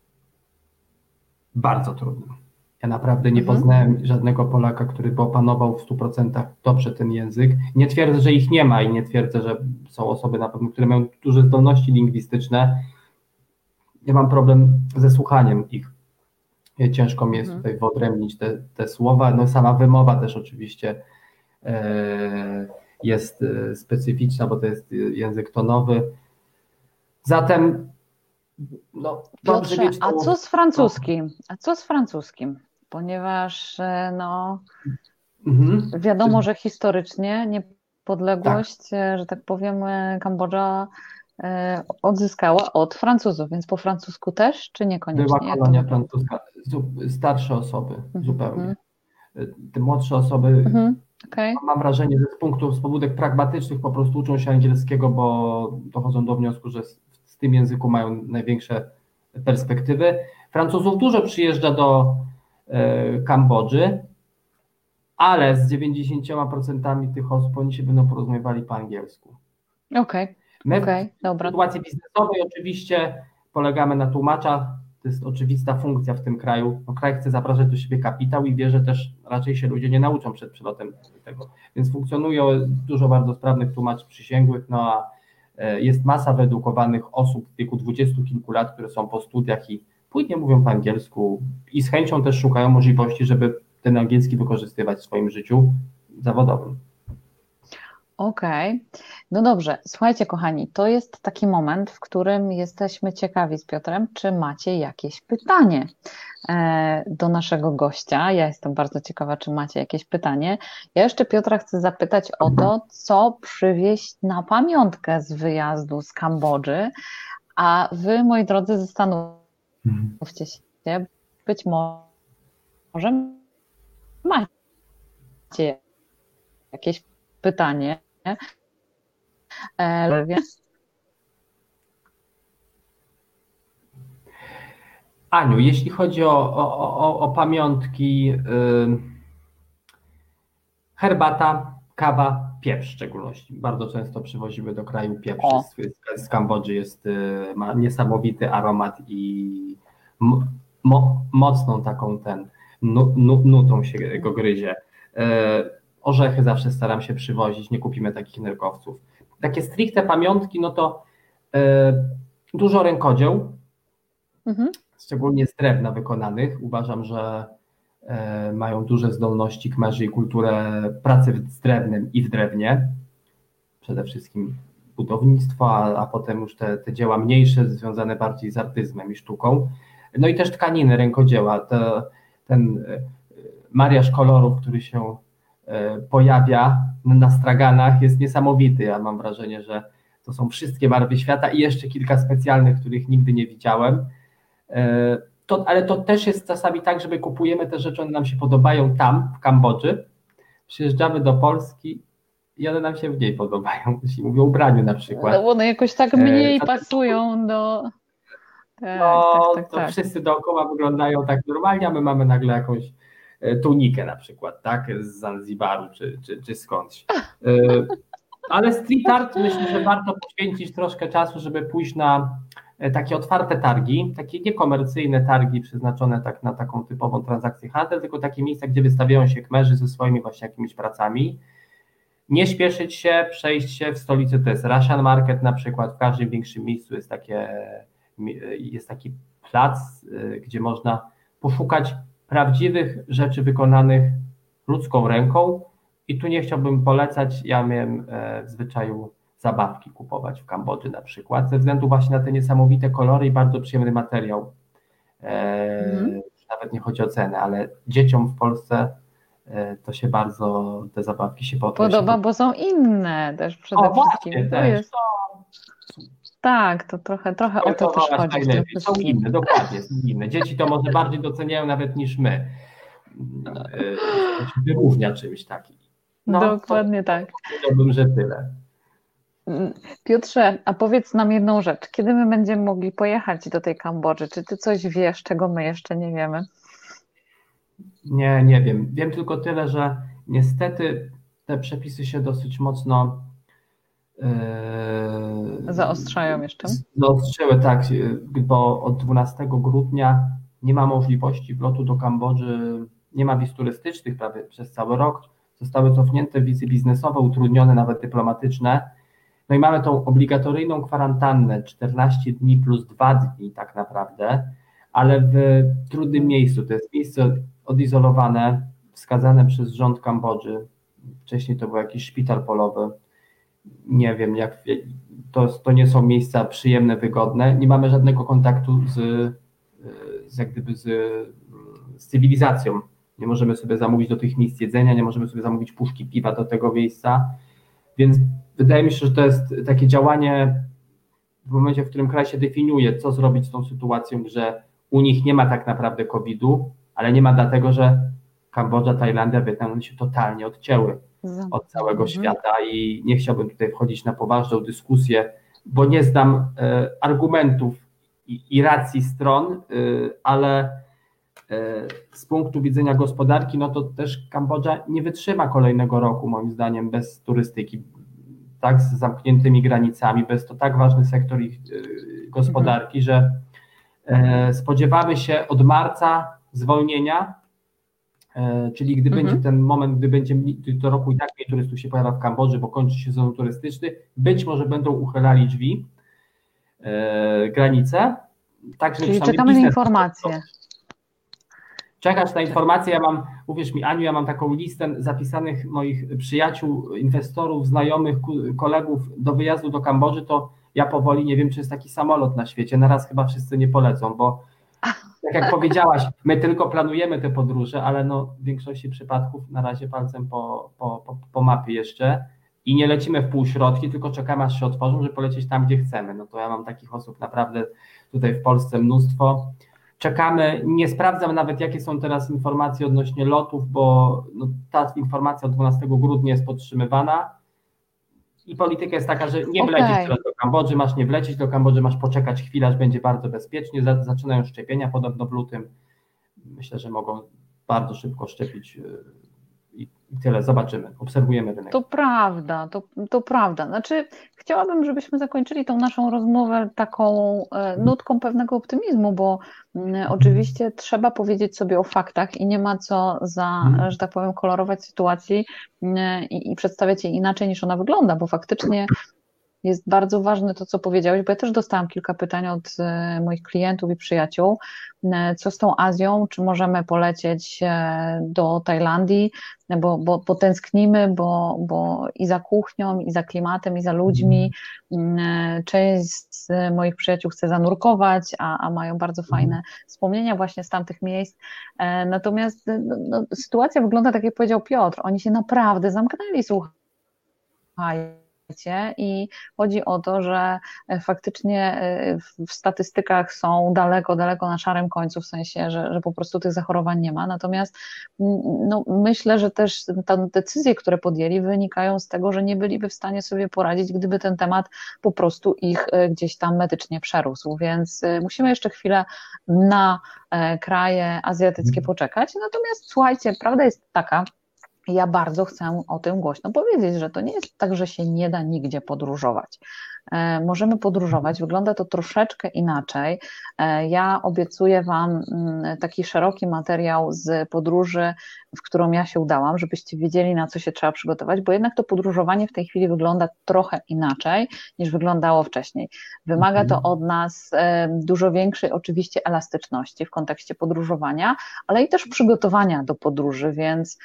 bardzo trudnym. Ja naprawdę nie poznałem żadnego Polaka, który by opanował w 100% dobrze ten język. Nie twierdzę, że ich nie ma i nie twierdzę, że są osoby na pewno, które mają duże zdolności lingwistyczne. Ja mam problem ze słuchaniem ich. Ciężko mi jest tutaj wyodrębnić te słowa. No sama wymowa też oczywiście jest specyficzna, bo to jest język tonowy. Zatem no, Piotrze, a co z francuskim? A co z francuskim? Ponieważ wiadomo, że historycznie niepodległość, że tak powiem, Kambodża odzyskała od Francuzów, więc po francusku też, czy niekoniecznie? Była kolonia francuska. Starsze osoby zupełnie. Te młodsze osoby, mam wrażenie, że z pobudek pragmatycznych po prostu uczą się angielskiego, bo dochodzą do wniosku, że w tym języku mają największe perspektywy. Francuzów dużo przyjeżdża do Kambodży, ale z 90% tych osób oni się będą porozumiewali po angielsku. Dobra. W sytuacji biznesowej oczywiście polegamy na tłumaczach, to jest oczywista funkcja w tym kraju. No, kraj chce zapraszać do siebie kapitał i wie, że też raczej się ludzie nie nauczą przed przylotem tego. Więc funkcjonuje dużo bardzo sprawnych tłumaczy przysięgłych, no a jest masa wyedukowanych osób w wieku 20 kilku lat, które są po studiach i płynnie mówią po angielsku i z chęcią też szukają możliwości, żeby ten angielski wykorzystywać w swoim życiu zawodowym. No dobrze, słuchajcie kochani, to jest taki moment, w którym jesteśmy ciekawi z Piotrem, czy macie jakieś pytanie do naszego gościa. Ja jestem bardzo ciekawa, czy macie jakieś pytanie. Ja jeszcze Piotra chcę zapytać o to, co przywieźć na pamiątkę z wyjazdu z Kambodży, a wy, moi drodzy, zastanówcie się, być może macie jakieś pytanie. Aniu, jeśli chodzi o pamiątki, herbata, kawa, pieprz w szczególności. Bardzo często przywozimy do kraju pieprz. Z Kambodży ma niesamowity aromat i mocną taką nutą się go gryzie. Orzechy zawsze staram się przywozić, nie kupimy takich nerkowców. Takie stricte pamiątki, no to dużo rękodzieł, szczególnie z drewna wykonanych. Uważam, że mają duże zdolności Khmerzy i kulturę pracy z drewnem i w drewnie. Przede wszystkim budownictwo, a potem już te dzieła mniejsze, związane bardziej z artyzmem i sztuką. No i też tkaniny, rękodzieła. Ten mariaż kolorów, który się pojawia na straganach, jest niesamowity. Ja mam wrażenie, że to są wszystkie barwy świata i jeszcze kilka specjalnych, których nigdy nie widziałem. Ale to też jest czasami tak, że my kupujemy te rzeczy, one nam się podobają tam, w Kambodży, przyjeżdżamy do Polski i one nam się mniej podobają, jeśli mówię o ubraniu na przykład. No bo one jakoś tak mniej pasują do... Tak. Wszyscy dookoła wyglądają tak normalnie, a my mamy nagle jakąś tunikę na przykład, tak, z Zanzibaru czy skądś. Ale street art myślę, że warto poświęcić troszkę czasu, żeby pójść na takie otwarte targi, takie niekomercyjne targi przeznaczone tak na taką typową transakcję handel, tylko takie miejsca, gdzie wystawiają się kmerzy ze swoimi właśnie jakimiś pracami. Nie śpieszyć się, przejść się. W stolicy to jest Russian Market na przykład, w każdym większym miejscu jest taki plac, gdzie można poszukać prawdziwych rzeczy wykonanych ludzką ręką i tu nie chciałbym polecać, ja miałem w zwyczaju zabawki kupować w Kambodży na przykład, ze względu właśnie na te niesamowite kolory i bardzo przyjemny materiał. Nawet nie chodzi o cenę, ale dzieciom w Polsce to się bardzo, te zabawki się podoba, bo są inne też przede wszystkim. Właśnie, to jest. Tak, to trochę o to też chodzi. Są inne, dokładnie, są inne. Dzieci to może bardziej doceniają nawet niż my. Wyróżnia czymś takim. Dokładnie tak. Powiedziałbym, że tyle. Piotrze, a powiedz nam jedną rzecz. Kiedy my będziemy mogli pojechać do tej Kambodży? Czy ty coś wiesz, czego my jeszcze nie wiemy? Nie wiem. Wiem tylko tyle, że niestety te przepisy się dosyć mocno zaostrzają jeszcze? Zaostrzyły, tak, bo od 12 grudnia nie ma możliwości wlotu do Kambodży, nie ma wiz turystycznych prawie przez cały rok. Zostały cofnięte wizy biznesowe, utrudnione, nawet dyplomatyczne. No i mamy tą obligatoryjną kwarantannę 14 dni plus 2 dni tak naprawdę, ale w trudnym miejscu. To jest miejsce odizolowane, wskazane przez rząd Kambodży. Wcześniej to był jakiś szpital polowy. Nie wiem, to nie są miejsca przyjemne, wygodne. Nie mamy żadnego kontaktu z cywilizacją. Nie możemy sobie zamówić do tych miejsc jedzenia, nie możemy sobie zamówić puszki piwa do tego miejsca. Więc wydaje mi się, że to jest takie działanie w momencie, w którym kraj się definiuje, co zrobić z tą sytuacją, że u nich nie ma tak naprawdę COVID-u, ale nie ma dlatego, że Kambodża, Tajlandia, Wietnam się totalnie odcięły od całego świata i nie chciałbym tutaj wchodzić na poważną dyskusję, bo nie znam argumentów i racji stron, ale z punktu widzenia gospodarki, no to też Kambodża nie wytrzyma kolejnego roku, moim zdaniem, bez turystyki, tak, z zamkniętymi granicami, bez to tak ważny sektor ich gospodarki, że spodziewamy się od marca zwolnienia, czyli gdy będzie ten moment, gdy będzie do roku i tak mniej turystów się pojawia w Kambodży, bo kończy się sezon turystyczny, być może będą uchylali drzwi, granice. Tak, czyli czekamy na informacje. Czekasz na informacje, uwierz mi, Aniu, ja mam taką listę zapisanych moich przyjaciół, inwestorów, znajomych, kolegów do wyjazdu do Kambodży, to ja powoli nie wiem, czy jest taki samolot na świecie, na raz chyba wszyscy nie polecą, bo tak jak powiedziałaś, my tylko planujemy te podróże, ale no w większości przypadków na razie palcem po mapie jeszcze i nie lecimy w półśrodki, tylko czekamy, aż się otworzą, żeby polecieć tam, gdzie chcemy. No to ja mam takich osób naprawdę tutaj w Polsce mnóstwo. Czekamy, nie sprawdzam nawet, jakie są teraz informacje odnośnie lotów, bo no, ta informacja od 12 grudnia jest podtrzymywana i polityka jest taka, że nie wlecisz teraz do Kambodży, masz nie wlecieć do Kambodży, masz poczekać chwilę, aż będzie bardzo bezpiecznie, zaczynają szczepienia podobno w lutym, myślę, że mogą bardzo szybko szczepić i tyle, zobaczymy, obserwujemy rynek. To prawda. Znaczy, chciałabym, żebyśmy zakończyli tą naszą rozmowę taką nutką pewnego optymizmu, bo oczywiście trzeba powiedzieć sobie o faktach i nie ma co że tak powiem, kolorować sytuacji i przedstawiać jej inaczej, niż ona wygląda, bo faktycznie jest bardzo ważne to, co powiedziałeś, bo ja też dostałam kilka pytań od moich klientów i przyjaciół, co z tą Azją, czy możemy polecieć do Tajlandii, bo tęsknimy, bo i za kuchnią, i za klimatem, i za ludźmi. Część z moich przyjaciół chce zanurkować, a mają bardzo fajne wspomnienia właśnie z tamtych miejsc. Natomiast sytuacja wygląda tak, jak powiedział Piotr, oni się naprawdę zamknęli, słuchajcie, i chodzi o to, że faktycznie w statystykach są daleko, daleko na szarym końcu, w sensie, że po prostu tych zachorowań nie ma, natomiast myślę, że też te decyzje, które podjęli, wynikają z tego, że nie byliby w stanie sobie poradzić, gdyby ten temat po prostu ich gdzieś tam medycznie przerósł, więc musimy jeszcze chwilę na kraje azjatyckie poczekać, natomiast słuchajcie, prawda jest taka, ja bardzo chcę o tym głośno powiedzieć, że to nie jest tak, że się nie da nigdzie podróżować. Możemy podróżować, wygląda to troszeczkę inaczej. Ja obiecuję Wam taki szeroki materiał z podróży, w którą ja się udałam, żebyście wiedzieli, na co się trzeba przygotować, bo jednak to podróżowanie w tej chwili wygląda trochę inaczej, niż wyglądało wcześniej. Wymaga to od nas dużo większej oczywiście elastyczności w kontekście podróżowania, ale i też przygotowania do podróży, więc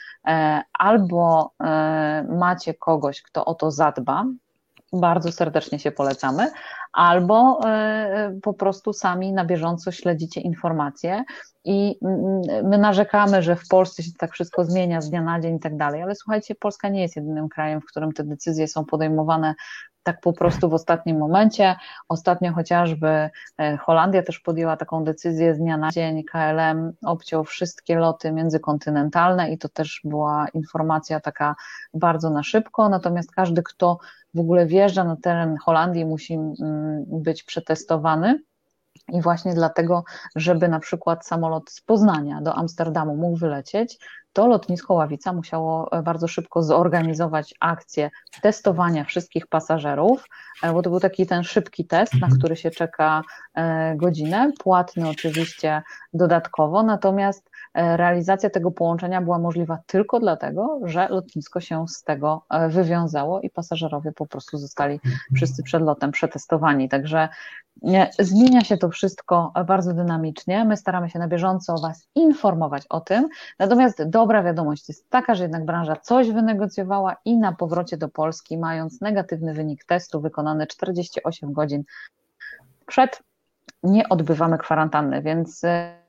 albo macie kogoś, kto o to zadba, bardzo serdecznie się polecamy, albo po prostu sami na bieżąco śledzicie informacje i my narzekamy, że w Polsce się tak wszystko zmienia z dnia na dzień i tak dalej, ale słuchajcie, Polska nie jest jedynym krajem, w którym te decyzje są podejmowane tak po prostu w ostatnim momencie. Ostatnio chociażby Holandia też podjęła taką decyzję z dnia na dzień, KLM obciął wszystkie loty międzykontynentalne i to też była informacja taka bardzo na szybko, natomiast każdy, kto w ogóle wjeżdża na teren Holandii, musi być przetestowany. I właśnie dlatego, żeby na przykład samolot z Poznania do Amsterdamu mógł wylecieć, to lotnisko Ławica musiało bardzo szybko zorganizować akcję testowania wszystkich pasażerów, bo to był taki ten szybki test, na który się czeka godzinę, płatny oczywiście dodatkowo, natomiast realizacja tego połączenia była możliwa tylko dlatego, że lotnisko się z tego wywiązało i pasażerowie po prostu zostali wszyscy przed lotem przetestowani, także zmienia się to wszystko bardzo dynamicznie, my staramy się na bieżąco Was informować o tym, natomiast dobra wiadomość jest taka, że jednak branża coś wynegocjowała i na powrocie do Polski, mając negatywny wynik testu wykonany 48 godzin przed, nie odbywamy kwarantanny, więc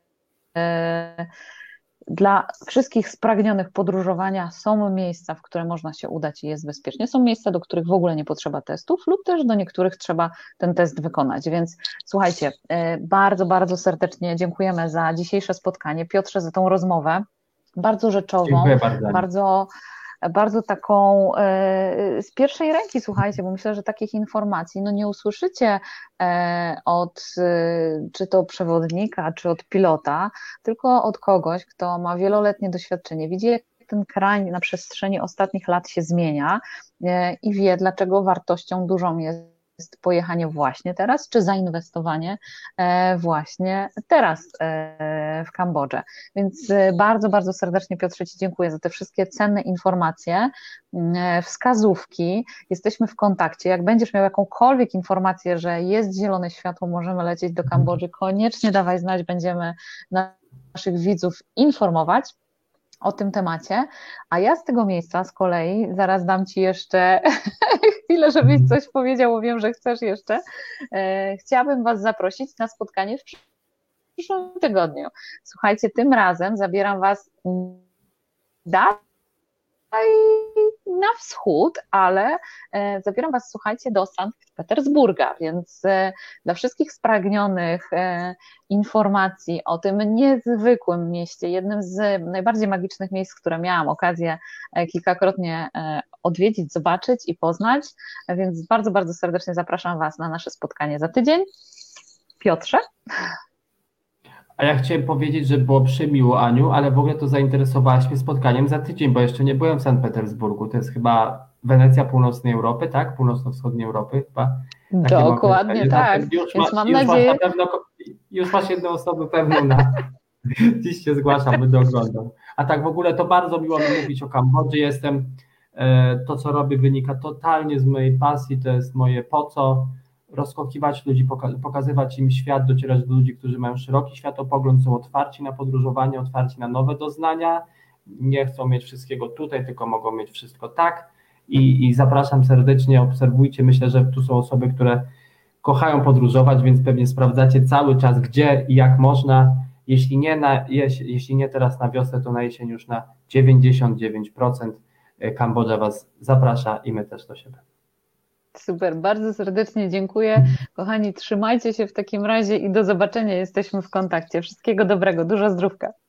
dla wszystkich spragnionych podróżowania są miejsca, w które można się udać i jest bezpiecznie. Są miejsca, do których w ogóle nie potrzeba testów lub też do niektórych trzeba ten test wykonać. Więc słuchajcie, bardzo, bardzo serdecznie dziękujemy za dzisiejsze spotkanie. Piotrze, za tą rozmowę, bardzo rzeczową, bardzo taką z pierwszej ręki, słuchajcie, bo myślę, że takich informacji nie usłyszycie od czy to przewodnika, czy od pilota, tylko od kogoś, kto ma wieloletnie doświadczenie, widzi, jak ten kraj na przestrzeni ostatnich lat się zmienia i wie, dlaczego wartością dużą jest pojechanie właśnie teraz, czy zainwestowanie właśnie teraz w Kambodży. Więc bardzo, bardzo serdecznie, Piotrze, Ci dziękuję za te wszystkie cenne informacje, wskazówki, jesteśmy w kontakcie, jak będziesz miał jakąkolwiek informację, że jest zielone światło, możemy lecieć do Kambodży, koniecznie dawaj znać, będziemy naszych widzów informować o tym temacie, a ja z tego miejsca z kolei zaraz dam Ci jeszcze chwilę, żebyś coś powiedział, bo wiem, że chcesz jeszcze. Chciałabym Was zaprosić na spotkanie w przyszłym tygodniu. Słuchajcie, tym razem zabieram Was na wschód, ale zabieram Was, słuchajcie, do Sankt Petersburga, więc dla wszystkich spragnionych informacji o tym niezwykłym mieście, jednym z najbardziej magicznych miejsc, które miałam okazję kilkakrotnie odwiedzić, zobaczyć i poznać, więc bardzo, bardzo serdecznie zapraszam Was na nasze spotkanie za tydzień. Piotrze? A ja chciałem powiedzieć, że było przemiło, Aniu, ale w ogóle to zainteresowałaś mnie spotkaniem za tydzień, bo jeszcze nie byłem w Sankt Petersburgu. To jest chyba Wenecja Północnej Europy, tak? Północno-wschodniej Europy chyba. Dokładnie tak. Więc mam nadzieję... Już masz jedną osobę pewną na... Dziś się zgłaszam, będę oglądał. A tak w ogóle to bardzo miło mi mówić o Kambodży. Jestem To, co robię, wynika totalnie z mojej pasji, to jest moje po co, rozkokiwać ludzi, pokazywać im świat, docierać do ludzi, którzy mają szeroki światopogląd, są otwarci na podróżowanie, otwarci na nowe doznania, nie chcą mieć wszystkiego tutaj, tylko mogą mieć wszystko tak i zapraszam serdecznie, obserwujcie, myślę, że tu są osoby, które kochają podróżować, więc pewnie sprawdzacie cały czas, gdzie i jak można, jeśli nie teraz na wiosnę, to na jesień już na 99% Kambodża Was zaprasza i my też do siebie. Super, bardzo serdecznie dziękuję. Kochani, trzymajcie się w takim razie i do zobaczenia. Jesteśmy w kontakcie. Wszystkiego dobrego, dużo zdrówka.